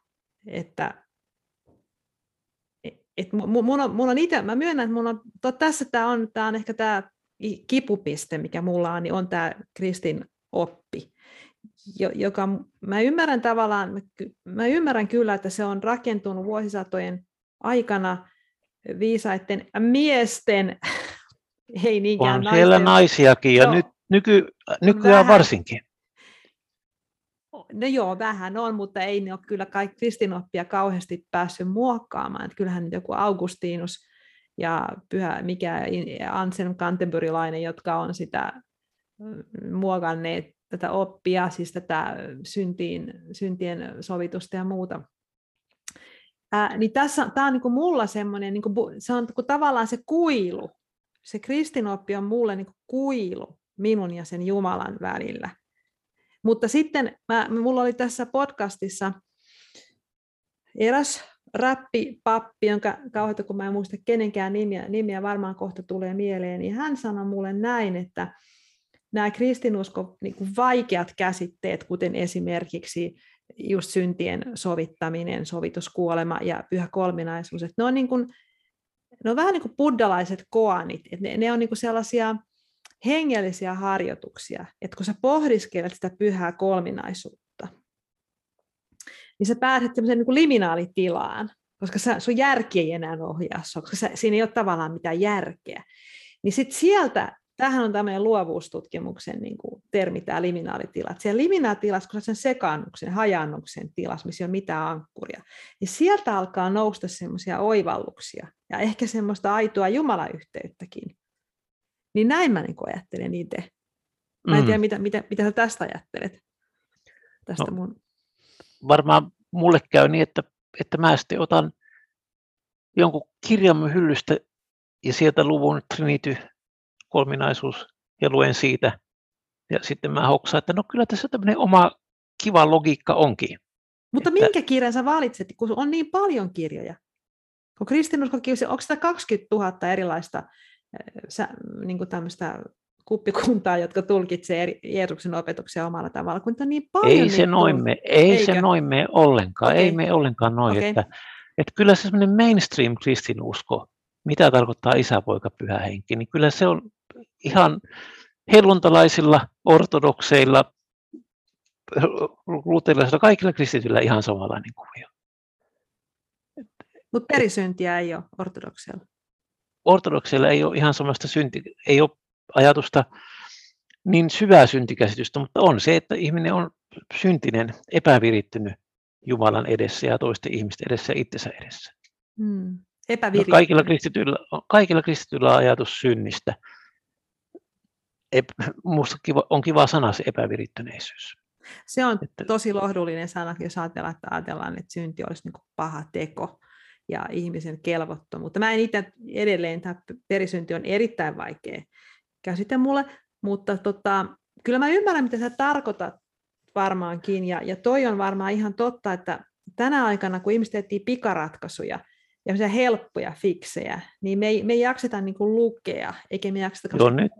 Mä myönnän, että tässä tämä on ehkä tämä kipupiste, mikä mulla on, niin on tämä kristin oppi, joka mä ymmärrän tavallaan, mä ymmärrän kyllä, että se on rakentunut vuosisatojen aikana viisaiden miesten, ei niinkään on naisten. siellä naisiakin ja nykyään varsinkin. No joo, vähän on, mutta ei ne ole kyllä kaikki kristinoppia kauheasti päässyt muokkaamaan. Että kyllähän joku Augustinus ja Anselm Canterburylainen, jotka on sitä muokanneet tätä oppia, siis tätä syntien sovitusta ja muuta. Niin tämä on niin kuin mulla semmoinen, niin kuin, se on niin kuin tavallaan se kuilu. Se kristinoppi on mulle niin kuin kuilu minun ja sen Jumalan välillä. Mutta sitten mulla oli tässä podcastissa eräs räppipappi, jonka kauheita, kun mä en muista kenenkään nimiä varmaan kohta tulee mieleen, niin hän sanoi mulle näin, että nämä kristinuskon niin kuin vaikeat käsitteet, kuten esimerkiksi just syntien sovittaminen, sovituskuolema ja pyhä kolminaisuus, että ne on vähän niin kuin buddhalaiset koanit, että ne on niin kuin sellaisia hengellisiä harjoituksia, että kun sä pohdiskelet sitä pyhää kolminaisuutta, niin sä pääset semmoiseen niin kuin liminaalitilaan, koska sun järki ei enää ohjaa sua, koska siinä ei ole tavallaan mitään järkeä. Niin sitten sieltä, tämähän on tämmöinen luovuustutkimuksen niin kuin termi, tämä liminaalitila. Siellä liminaalitilassa, kun sä sen sekaannuksen, hajaannuksen tilassa, missä ei ole mitään ankkuria, niin sieltä alkaa nousta semmoisia oivalluksia ja ehkä semmoista aitoa Jumalayhteyttäkin. Niin näin mä niin ajattelen itse. Mä en tiedä, mitä sä tästä ajattelet. Tästä varmaan mulle käy niin, että mä sitten otan jonkun kirjan hyllystä ja sieltä luvun Trinity, kolminaisuus, ja luen siitä. Ja sitten mä hoksaan, että no kyllä tässä tämmöinen oma kiva logiikka onkin. Mutta minkä kirjan sä valitset, kun on niin paljon kirjoja? Kun kristinuskokin, onko sitä 20 000 erilaista niin kuin tämmöistä kuppikuntaa, jotka tulkitsee Jeesuksen opetuksia omalla tavalla, kun on niin paljon. Ei se noin mene ollenkaan. Okay. Ei mene ollenkaan noin. Okay. Että kyllä se semmoinen mainstream kristinusko, mitä tarkoittaa isä, poika, pyhä henki, niin kyllä ihan helluntalaisilla, ortodokseilla, luterilaisilla, kaikilla kristityillä ihan samanlainen kuvio. Mutta perisyntiä ei ole ortodokseilla. Ortodokseilla ei ole ihan samasta ei ole ajatusta niin syvää syntikäsitystä, mutta on se, että ihminen on syntinen, epävirittynyt Jumalan edessä ja toisten ihmisten edessä ja itsensä edessä. No, kaikilla kristityillä on ajatus synnistä. Minusta on kiva sana se epävirittyneisyys. Se on tosi lohdullinen sana, jos ajatellaan, että synti olisi niin kuin paha teko ja ihmisen kelvottomuutta. Mä en itse edelleen, tämä perisynti on erittäin vaikea käsite mulle, mutta kyllä mä ymmärrän, mitä sä tarkoitat varmaankin, ja toi on varmaan ihan totta, että tänä aikana, kun ihmiset etsii pikaratkaisuja ja helppoja fiksejä, niin me ei jakseta niin kuin lukea, eikä me jakseta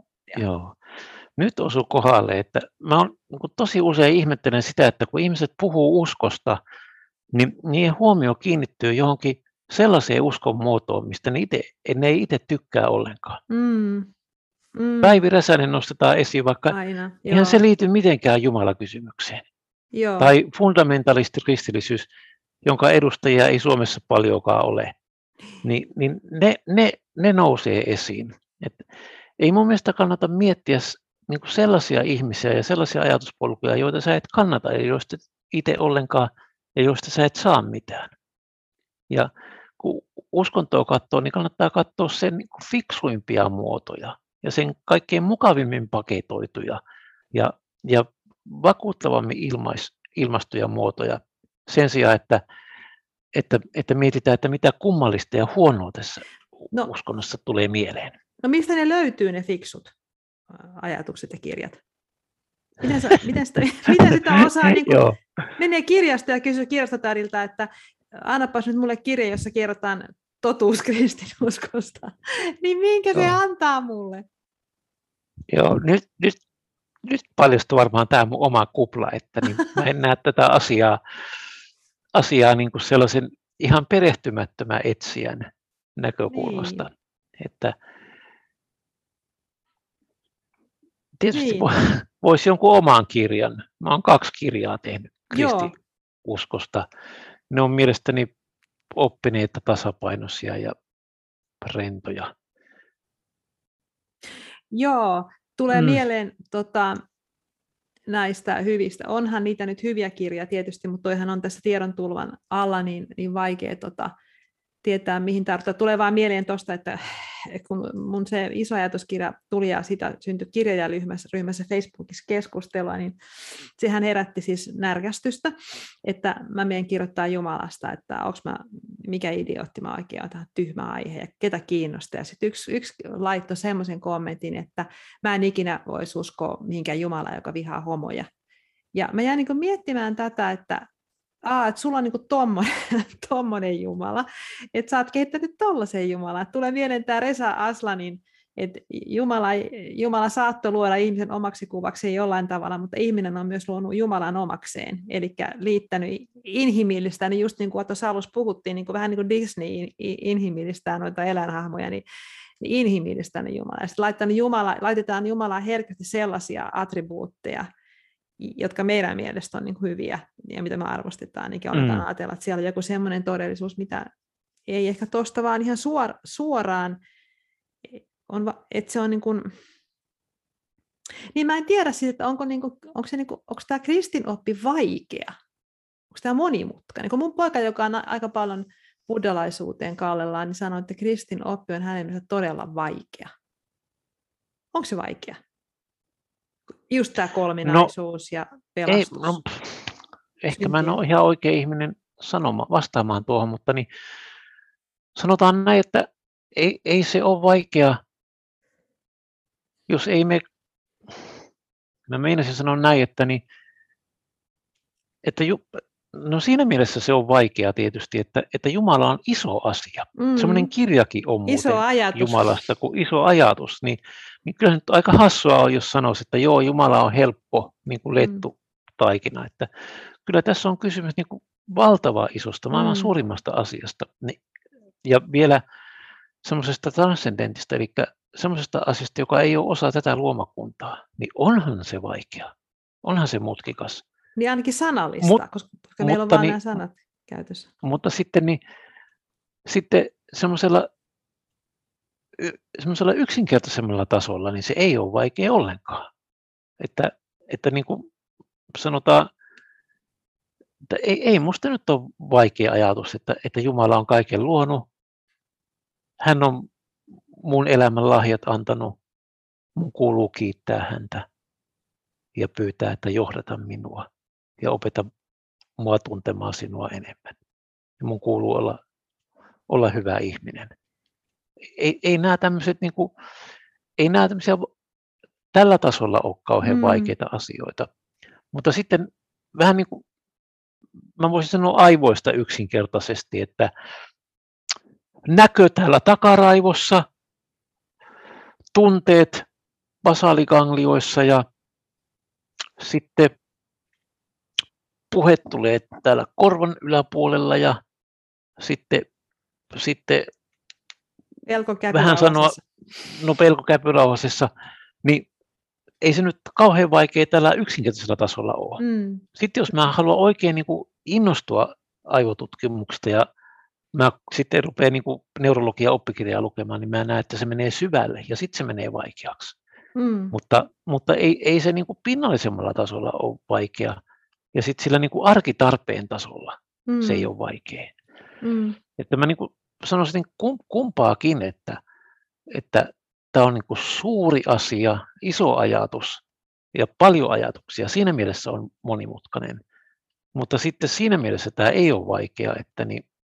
Nyt osuu kohdalle, että mä oon tosi usein ihmettelen sitä, että kun ihmiset puhuu uskosta, niin niiden huomio kiinnittyy johonkin sellaiseen uskon muotoon, mistä ne ei itse tykkää ollenkaan. Päivi Räsänen nostetaan esiin, vaikka eihän se liity mitenkään Jumala-kysymykseen. Joo. Tai fundamentalisti kristillisyys, jonka edustajia ei Suomessa paljonkaan ole, niin ne nousee esiin. Ei mun mielestä kannata miettiä niin kuin sellaisia ihmisiä ja sellaisia ajatuspolkuja, joita sä et kannata ja joista itse ollenkaan ja joista sä et saa mitään. Ja kun uskontoa katsoo, niin kannattaa katsoa sen niin kuin fiksuimpia muotoja ja sen kaikkein mukavimmin paketoituja ja vakuuttavammin ilmastuja muotoja sen sijaan, että mietitään, että mitä kummallista ja huonoa tässä uskonnossa tulee mieleen. No mistä ne löytyy ne fiksut ajatukset ja kirjat? Miten sitä osaa, niin kun menee kirjastoon ja kysyy kirjastotädiltä, että annapas nyt mulle kirja, jossa kerrotaan totuus kristinuskosta. Niin minkä se antaa mulle? Joo, nyt paljastui varmaan tämä mun oma kupla, että niin mä en näe tätä asiaa niin kuin sellaisen ihan perehtymättömän etsijän näkökulmasta. Niin. Että tietysti voisi jonkun oman kirjan. Mä oon 2 kirjaa tehnyt kristiuskosta. Ne on mielestäni oppineita, tasapainoisia ja rentoja. Joo, tulee mieleen näistä hyvistä. Onhan niitä nyt hyviä kirjoja tietysti, mutta toihan on tässä tiedon tulvan alla niin vaikea tietää, mihin tarvitaan. Tulee vaan mieleen tuosta, että kun mun se iso ajatuskirja tuli ja sitä syntyi kirjailijaryhmässä Facebookissa keskustelua, niin sehän herätti siis närkästystä, että mä menen kirjoittaa Jumalasta, että mikä idiootti mä oikein on, tämä tyhmä aihe ja ketä kiinnostaa. Ja sitten yksi laittoi semmoisen kommentin, että mä en ikinä voisi uskoa mihinkään Jumalaa, joka vihaa homoja. Ja mä jäin niin miettimään tätä, että sulla on niin tommonen Jumala, että sä oot kehittänyt tollaisen Jumalan. Tulee mieleen tämä Reza Aslanin, että Jumala saattoi luoda ihmisen omaksi kuvakseen jollain tavalla, mutta ihminen on myös luonut Jumalan omakseen, eli liittänyt inhimillistänyt, just niin kuin tuossa alussa puhuttiin, niin kuin vähän niin kuin Disney inhimillistää noita eläinhahmoja, niin inhimillistänyt Jumala. Ja sitten laitetaan Jumalaan herkästi sellaisia attribuutteja, jotka meidän mielestä on niin kuin hyviä ja mitä me arvostetaan, niin annetaan ajatella, että siellä on joku semmoinen todellisuus, mitä ei ehkä tuosta vaan ihan suoraan, että se on niin kuin, niin mä en tiedä siitä, että onko tämä kristinoppi vaikea, onko tämä monimutkainen. Kun mun poika, joka on aika paljon buddhalaisuuteen kallellaan, niin sanoi, että kristinoppi on hänen mielestä todella vaikea. Onko se vaikea? Just tämä kolminaisuus ja pelastus. Ehkä mä en ole ihan oikea ihminen vastaamaan tuohon, mutta niin, sanotaan näin, että ei se ole vaikea, jos ei mä meinasin sanoa näin, että siinä mielessä se on vaikea tietysti, että Jumala on iso asia. Semmoinen kirjakin on muuten Jumalasta kuin iso ajatus. Niin kyllä nyt aika hassua on, jos sanoisi, että joo, Jumala on helppo, niin kuin lettutaikina. Että kyllä tässä on kysymys niin kuin valtavan isosta, maailman suurimmasta asiasta. Ja vielä semmoisesta transcendentista, eli semmoisesta asiasta, joka ei ole osa tätä luomakuntaa, niin onhan se vaikea, onhan se mutkikas. Niin ainakin sanallista, koska meillä on vain nämä sanat käytössä. Mutta sitten semmoisella yksinkertaisemmalla tasolla, niin se ei ole vaikea ollenkaan. Että niin kuin sanotaan, että ei musta nyt ole vaikea ajatus, että Jumala on kaiken luonut. Hän on mun elämän lahjat antanut. Mun kuuluu kiittää häntä ja pyytää, että johdata minua ja opeta mua tuntemaan sinua enemmän. Ja mun kuuluu olla hyvä ihminen. Ei nämä tämmöiset niin kuin, ei nämä tämmöisiä tällä tasolla ole kauhean vaikeita asioita. Mutta sitten vähän niin kuin, mä voisin sanoa aivoista yksinkertaisesti, että näkö täällä takaraivossa, tunteet basaaliganglioissa ja sitten puhe tulee täällä korvan yläpuolella ja sitten vähän sanoa, pelkokäpyrauhasessa, niin ei se nyt kauhean vaikea tällä yksinkertaisella tasolla ole. Sitten jos mä haluan oikein niin kuin innostua aivotutkimuksesta ja mä sitten rupean niin kuin neurologian oppikirjaa lukemaan, niin mä näen, että se menee syvälle ja sitten se menee vaikeaksi. Mutta ei se niin kuin pinnallisemmalla tasolla ole vaikea. Ja sitten sillä niin kuin arkitarpeen tasolla se ei ole vaikea. Että mä niin kuin sanoisin kumpaakin, että tämä on niin kuin suuri asia, iso ajatus ja paljon ajatuksia. Siinä mielessä on monimutkainen. Mutta sitten siinä mielessä tämä ei ole vaikea, että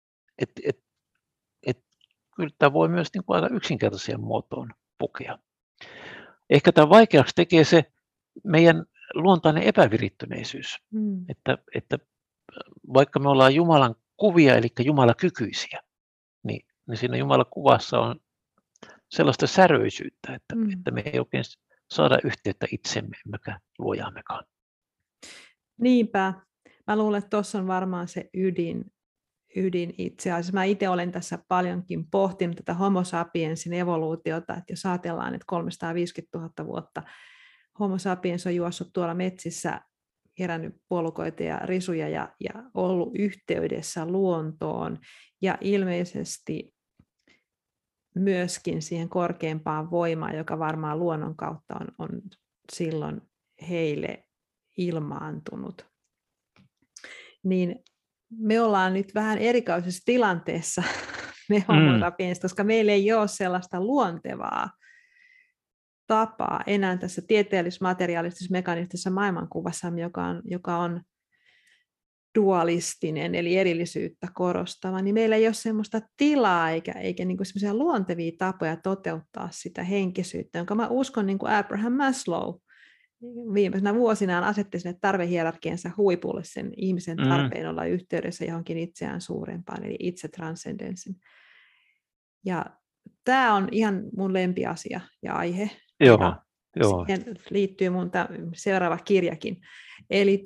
kyllä tämä voi myös niin kuin aika yksinkertaiseen muotoon pukea. Ehkä tämä vaikeaksi tekee se meidän luontainen epävirittyneisyys, että vaikka me ollaan Jumalan kuvia, eli Jumalakykyisiä, niin siinä Jumalan kuvassa on sellaista säröisyyttä, että me ei oikein saada yhteyttä itsemme, emmekä luojaammekaan. Niinpä. Mä luulen, että tuossa on varmaan se ydin itse asiassa. Mä itse olen tässä paljonkin pohtinut tätä homo sapiensin evoluutiota, että jos ajatellaan, että 350 000 vuotta homo sapiens on juossut tuolla metsissä, kerännyt puolukoita ja risuja ja ollut yhteydessä luontoon ja ilmeisesti myöskin siihen korkeampaan voimaan, joka varmaan luonnon kautta on silloin heille ilmaantunut. Niin me ollaan nyt vähän erikoisessa tilanteessa, me homo sapiens, koska meillä ei ole sellaista luontevaa tapaa enää tässä tieteellis-materiaalisessa mekanistisessa maailmankuvassa, joka on dualistinen, eli erillisyyttä korostava, niin meillä ei ole semmoista tilaa eikä niinku semmoisia luontevia tapoja toteuttaa sitä henkisyyttä, jonka mä uskon, niin kuin Abraham Maslow viimeisenä vuosinaan asetti sinne tarvehierarkiansa huipulle sen ihmisen tarpeen olla yhteydessä johonkin itseään suurempaan, eli itse transcendenssin. Ja tämä on ihan mun lempiasia ja aihe. Joo. Siihen liittyy mun seuraava kirjakin. Eli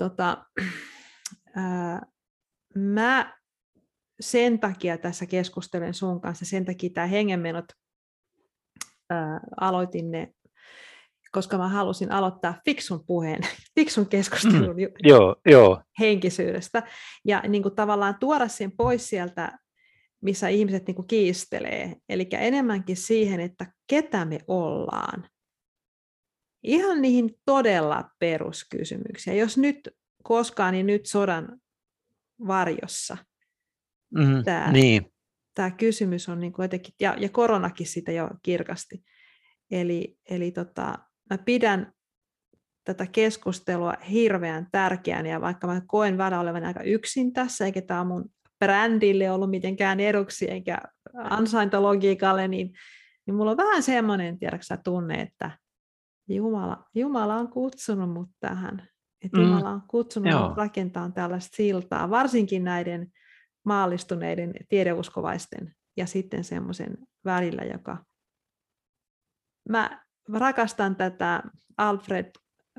mä sen takia tässä keskustelen sun kanssa, sen takia tämä hengenmenot aloitin ne, koska mä halusin aloittaa fiksun keskustelun henkisyydestä ja niin kuin tavallaan tuoda sen pois sieltä, missä ihmiset niin kuin kiistelee, eli enemmänkin siihen, että ketä me ollaan. Ihan niihin todella peruskysymyksiä. Jos nyt koskaan, niin nyt sodan varjossa. Tämä kysymys on niin kuin jotenkin, ja koronakin sitä jo kirkasti. Eli mä pidän tätä keskustelua hirveän tärkeänä, ja vaikka mä koen välillä olevan aika yksin tässä, eikä tämä mun brändille ollut mitenkään eduksi, eikä ansaintologiikalle, niin mulla on vähän semmoinen tunne, että Jumala on kutsunut mut tähän. Että Jumala on kutsunut mut rakentamaan tällaista siltaa, varsinkin näiden maallistuneiden tiedeuskovaisten ja sitten semmoisen välillä, joka... Mä rakastan tätä Alfred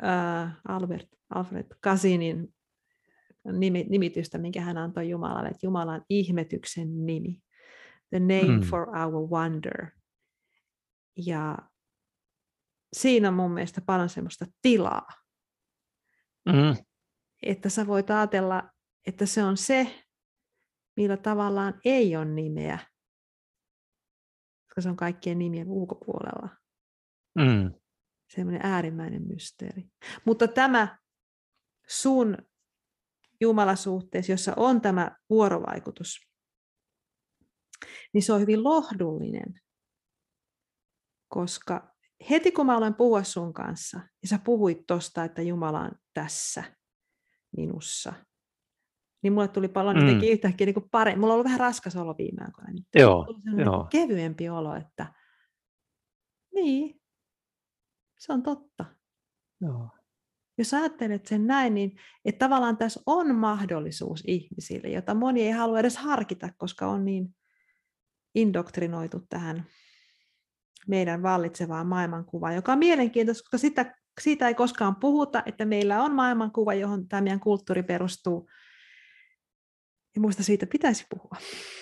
Kazinin nimitystä, minkä hän antoi Jumalalle, että Jumala on ihmetyksen nimi. The name for our wonder. Ja siinä on mun mielestä paljon semmoista tilaa, että sä voit ajatella, että se on se, millä tavallaan ei ole nimeä, koska se on kaikkien nimien ulkopuolella. Semmoinen äärimmäinen mysteeri. Mutta tämä sun jumalasuhteessa, jossa on tämä vuorovaikutus, niin se on hyvin lohdullinen, koska heti kun mä aloin puhua sun kanssa, ja sä puhuit tosta, että Jumala on tässä minussa, niin mulle tuli paljon jotenkin yhtäkkiä niin kuin parempi. Mulla on ollut vähän raskas olo viime aikoina. Tuli niin kuin kevyempi olo, että niin, se on totta. Joo. Jos ajattelet sen näin, niin että tavallaan tässä on mahdollisuus ihmisille, jota moni ei halua edes harkita, koska on niin indoktrinoitu tähän meidän vallitsevaan maailmankuvaan, joka on mielenkiintoista, koska siitä ei koskaan puhuta, että meillä on maailmankuva, johon tämä meidän kulttuuri perustuu. Ja minusta siitä pitäisi puhua.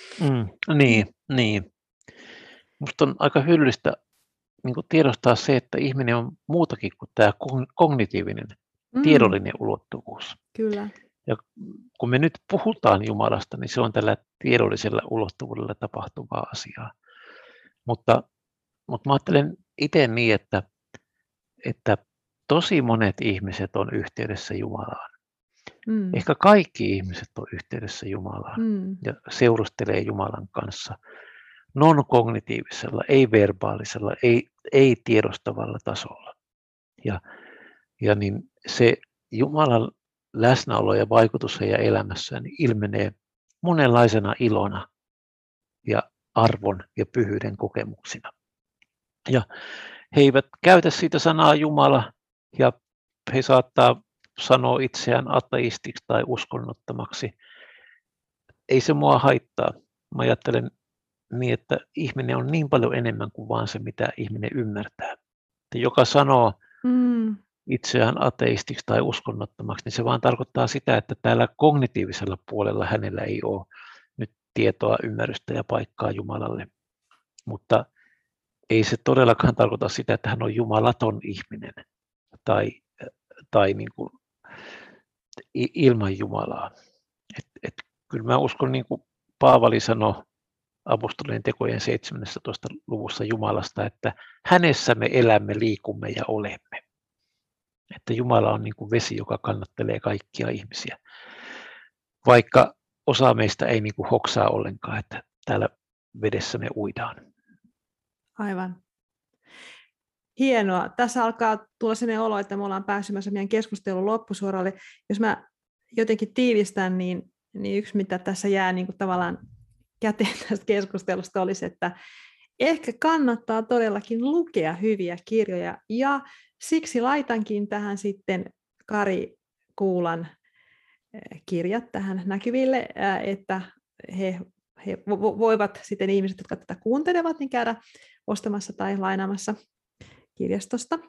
Niin. Minusta on aika hyllistä niin kuin tiedostaa se, että ihminen on muutakin kuin tämä kognitiivinen, tiedollinen ulottuvuus. Kyllä. Ja kun me nyt puhutaan Jumalasta, niin se on tällä tiedollisella ulottuvuudella tapahtuvaa asiaa. Mutta mä ajattelen itse niin, että tosi monet ihmiset on yhteydessä Jumalaan. Ehkä kaikki ihmiset on yhteydessä Jumalaan ja seurustelee Jumalan kanssa non-kognitiivisella, ei-verbaalisella, ei-tiedostavalla tasolla. Ja niin se Jumalan läsnäolo ja vaikutus heidän elämässään ilmenee monenlaisena ilona ja arvon ja pyhyyden kokemuksina. Ja he eivät käytä siitä sanaa Jumala, ja he saattaa sanoa itseään ateistiksi tai uskonnottomaksi. Ei se mua haittaa. Mä ajattelen niin, että ihminen on niin paljon enemmän kuin vaan se, mitä ihminen ymmärtää. Että joka sanoo itseään ateistiksi tai uskonnottomaksi, niin se vaan tarkoittaa sitä, että täällä kognitiivisella puolella hänellä ei ole nyt tietoa, ymmärrystä ja paikkaa Jumalalle. Mutta ei se todellakaan tarkoita sitä, että hän on jumalaton ihminen tai niin kuin ilman Jumalaa. Kyllä mä uskon, niin kuin Paavali sanoi apostolien tekojen 17. luvussa Jumalasta, että hänessä me elämme, liikumme ja olemme. Että Jumala on niin kuin vesi, joka kannattelee kaikkia ihmisiä. Vaikka osa meistä ei niin kuin hoksaa ollenkaan, että täällä vedessä me uidaan. Aivan. Hienoa. Tässä alkaa tulla sellainen olo, että me ollaan pääsemässä meidän keskustelun loppusuoralle. Jos mä jotenkin tiivistän, niin yksi mitä tässä jää niin kuin tavallaan käteen tästä keskustelusta olisi, että ehkä kannattaa todellakin lukea hyviä kirjoja, ja siksi laitankin tähän sitten Kari Kuulan kirjat tähän näkyville, että he voivat sitten ihmiset, jotka tätä kuuntelevat, niin käydä ostamassa tai lainaamassa kirjastosta.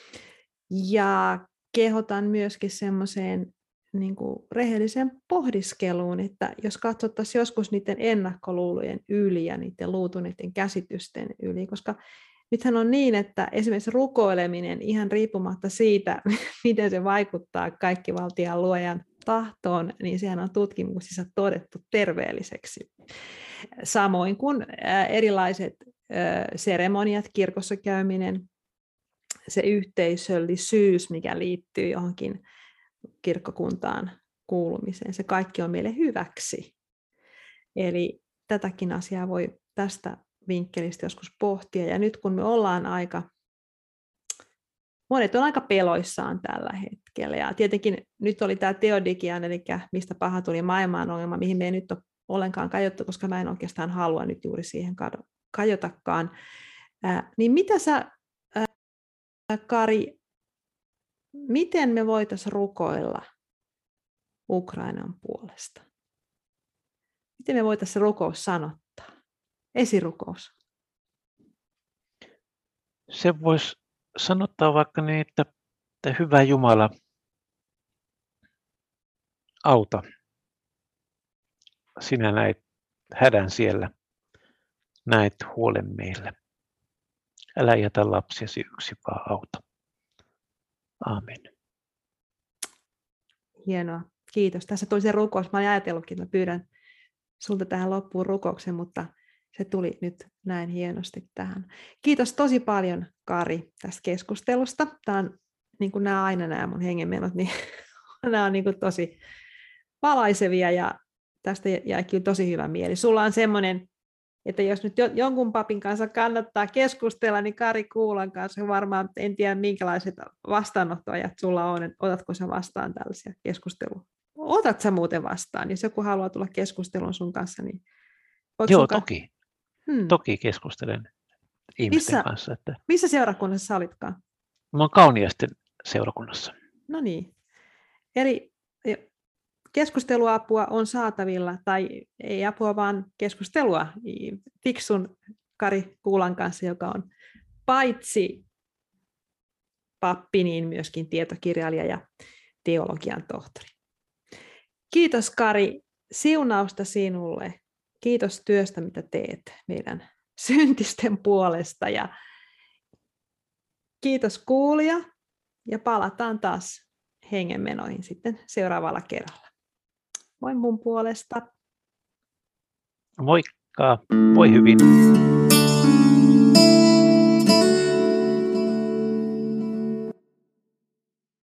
Ja kehotan myöskin semmoiseen niin kuin rehelliseen pohdiskeluun, että jos katsottaisiin joskus niiden ennakkoluulojen yli ja niiden luutuneiden käsitysten yli, koska nythän on niin, että esimerkiksi rukoileminen ihan riippumatta siitä, miten se vaikuttaa kaikkivaltiaan luojan tahtoon, niin sehän on tutkimuksissa todettu terveelliseksi. Samoin kuin erilaiset seremoniat, kirkossa käyminen, se yhteisöllisyys, mikä liittyy johonkin kirkkokuntaan kuulumiseen, se kaikki on meille hyväksi. Eli tätäkin asiaa voi tästä vinkkelistä joskus pohtia. Ja nyt kun me ollaan monet on aika peloissaan tällä hetkellä. Ja tietenkin nyt oli tämä teodikian, eli mistä paha tuli maailmaan ongelma, mihin me ei nyt ole ollenkaan kajottu, koska mä en oikeastaan halua nyt juuri siihen kajotakaan. Niin mitä sä, Kari, miten me voitaisiin rukoilla Ukrainan puolesta? Miten me voitaisiin rukous sanottaa? Esirukous. Se voisi sanottaa vaikka niin, että hyvä Jumala, auta. Sinä näet hädän siellä, näet huolen meillä. Älä jätä lapsiasi yksin, vaan auta. Aamen. Hienoa. Kiitos. Tässä tuli se rukous. Mä olin ajatellutkin, että mä pyydän sulta tähän loppuun rukouksen, mutta se tuli nyt näin hienosti tähän. Kiitos tosi paljon, Kari, tästä keskustelusta. Tämä on, niin kuin nämä mun hengenmenot, niin nämä on niin kuin tosi valaisevia ja tästä jäi kyllä tosi hyvä mieli. Sulla on semmoinen, että jos nyt jonkun papin kanssa kannattaa keskustella, niin Kari Kuulan kanssa varmaan, en tiedä minkälaiset vastaanottoajat sulla on, että otatko sä vastaan tällaisia keskusteluja? Otat sä muuten vastaan, jos joku haluaa tulla keskusteluun sun kanssa, niin Joo, toki. Toki keskustelen ihmisten missä, kanssa. Että missä seurakunnassa sä olitkaan? mä oon Kauniaisten seurakunnassa. No niin. Eli keskusteluapua on saatavilla, tai ei apua, vaan keskustelua fiksun Kari Kuulan kanssa, joka on paitsi pappi, niin myöskin tietokirjailija ja teologian tohtori. Kiitos Kari, siunausta sinulle. Kiitos työstä, mitä teet meidän syntisten puolesta. Ja kiitos kuulija ja palataan taas hengenmenoihin sitten seuraavalla kerralla. Moi mun puolesta. Moikka, voi hyvin.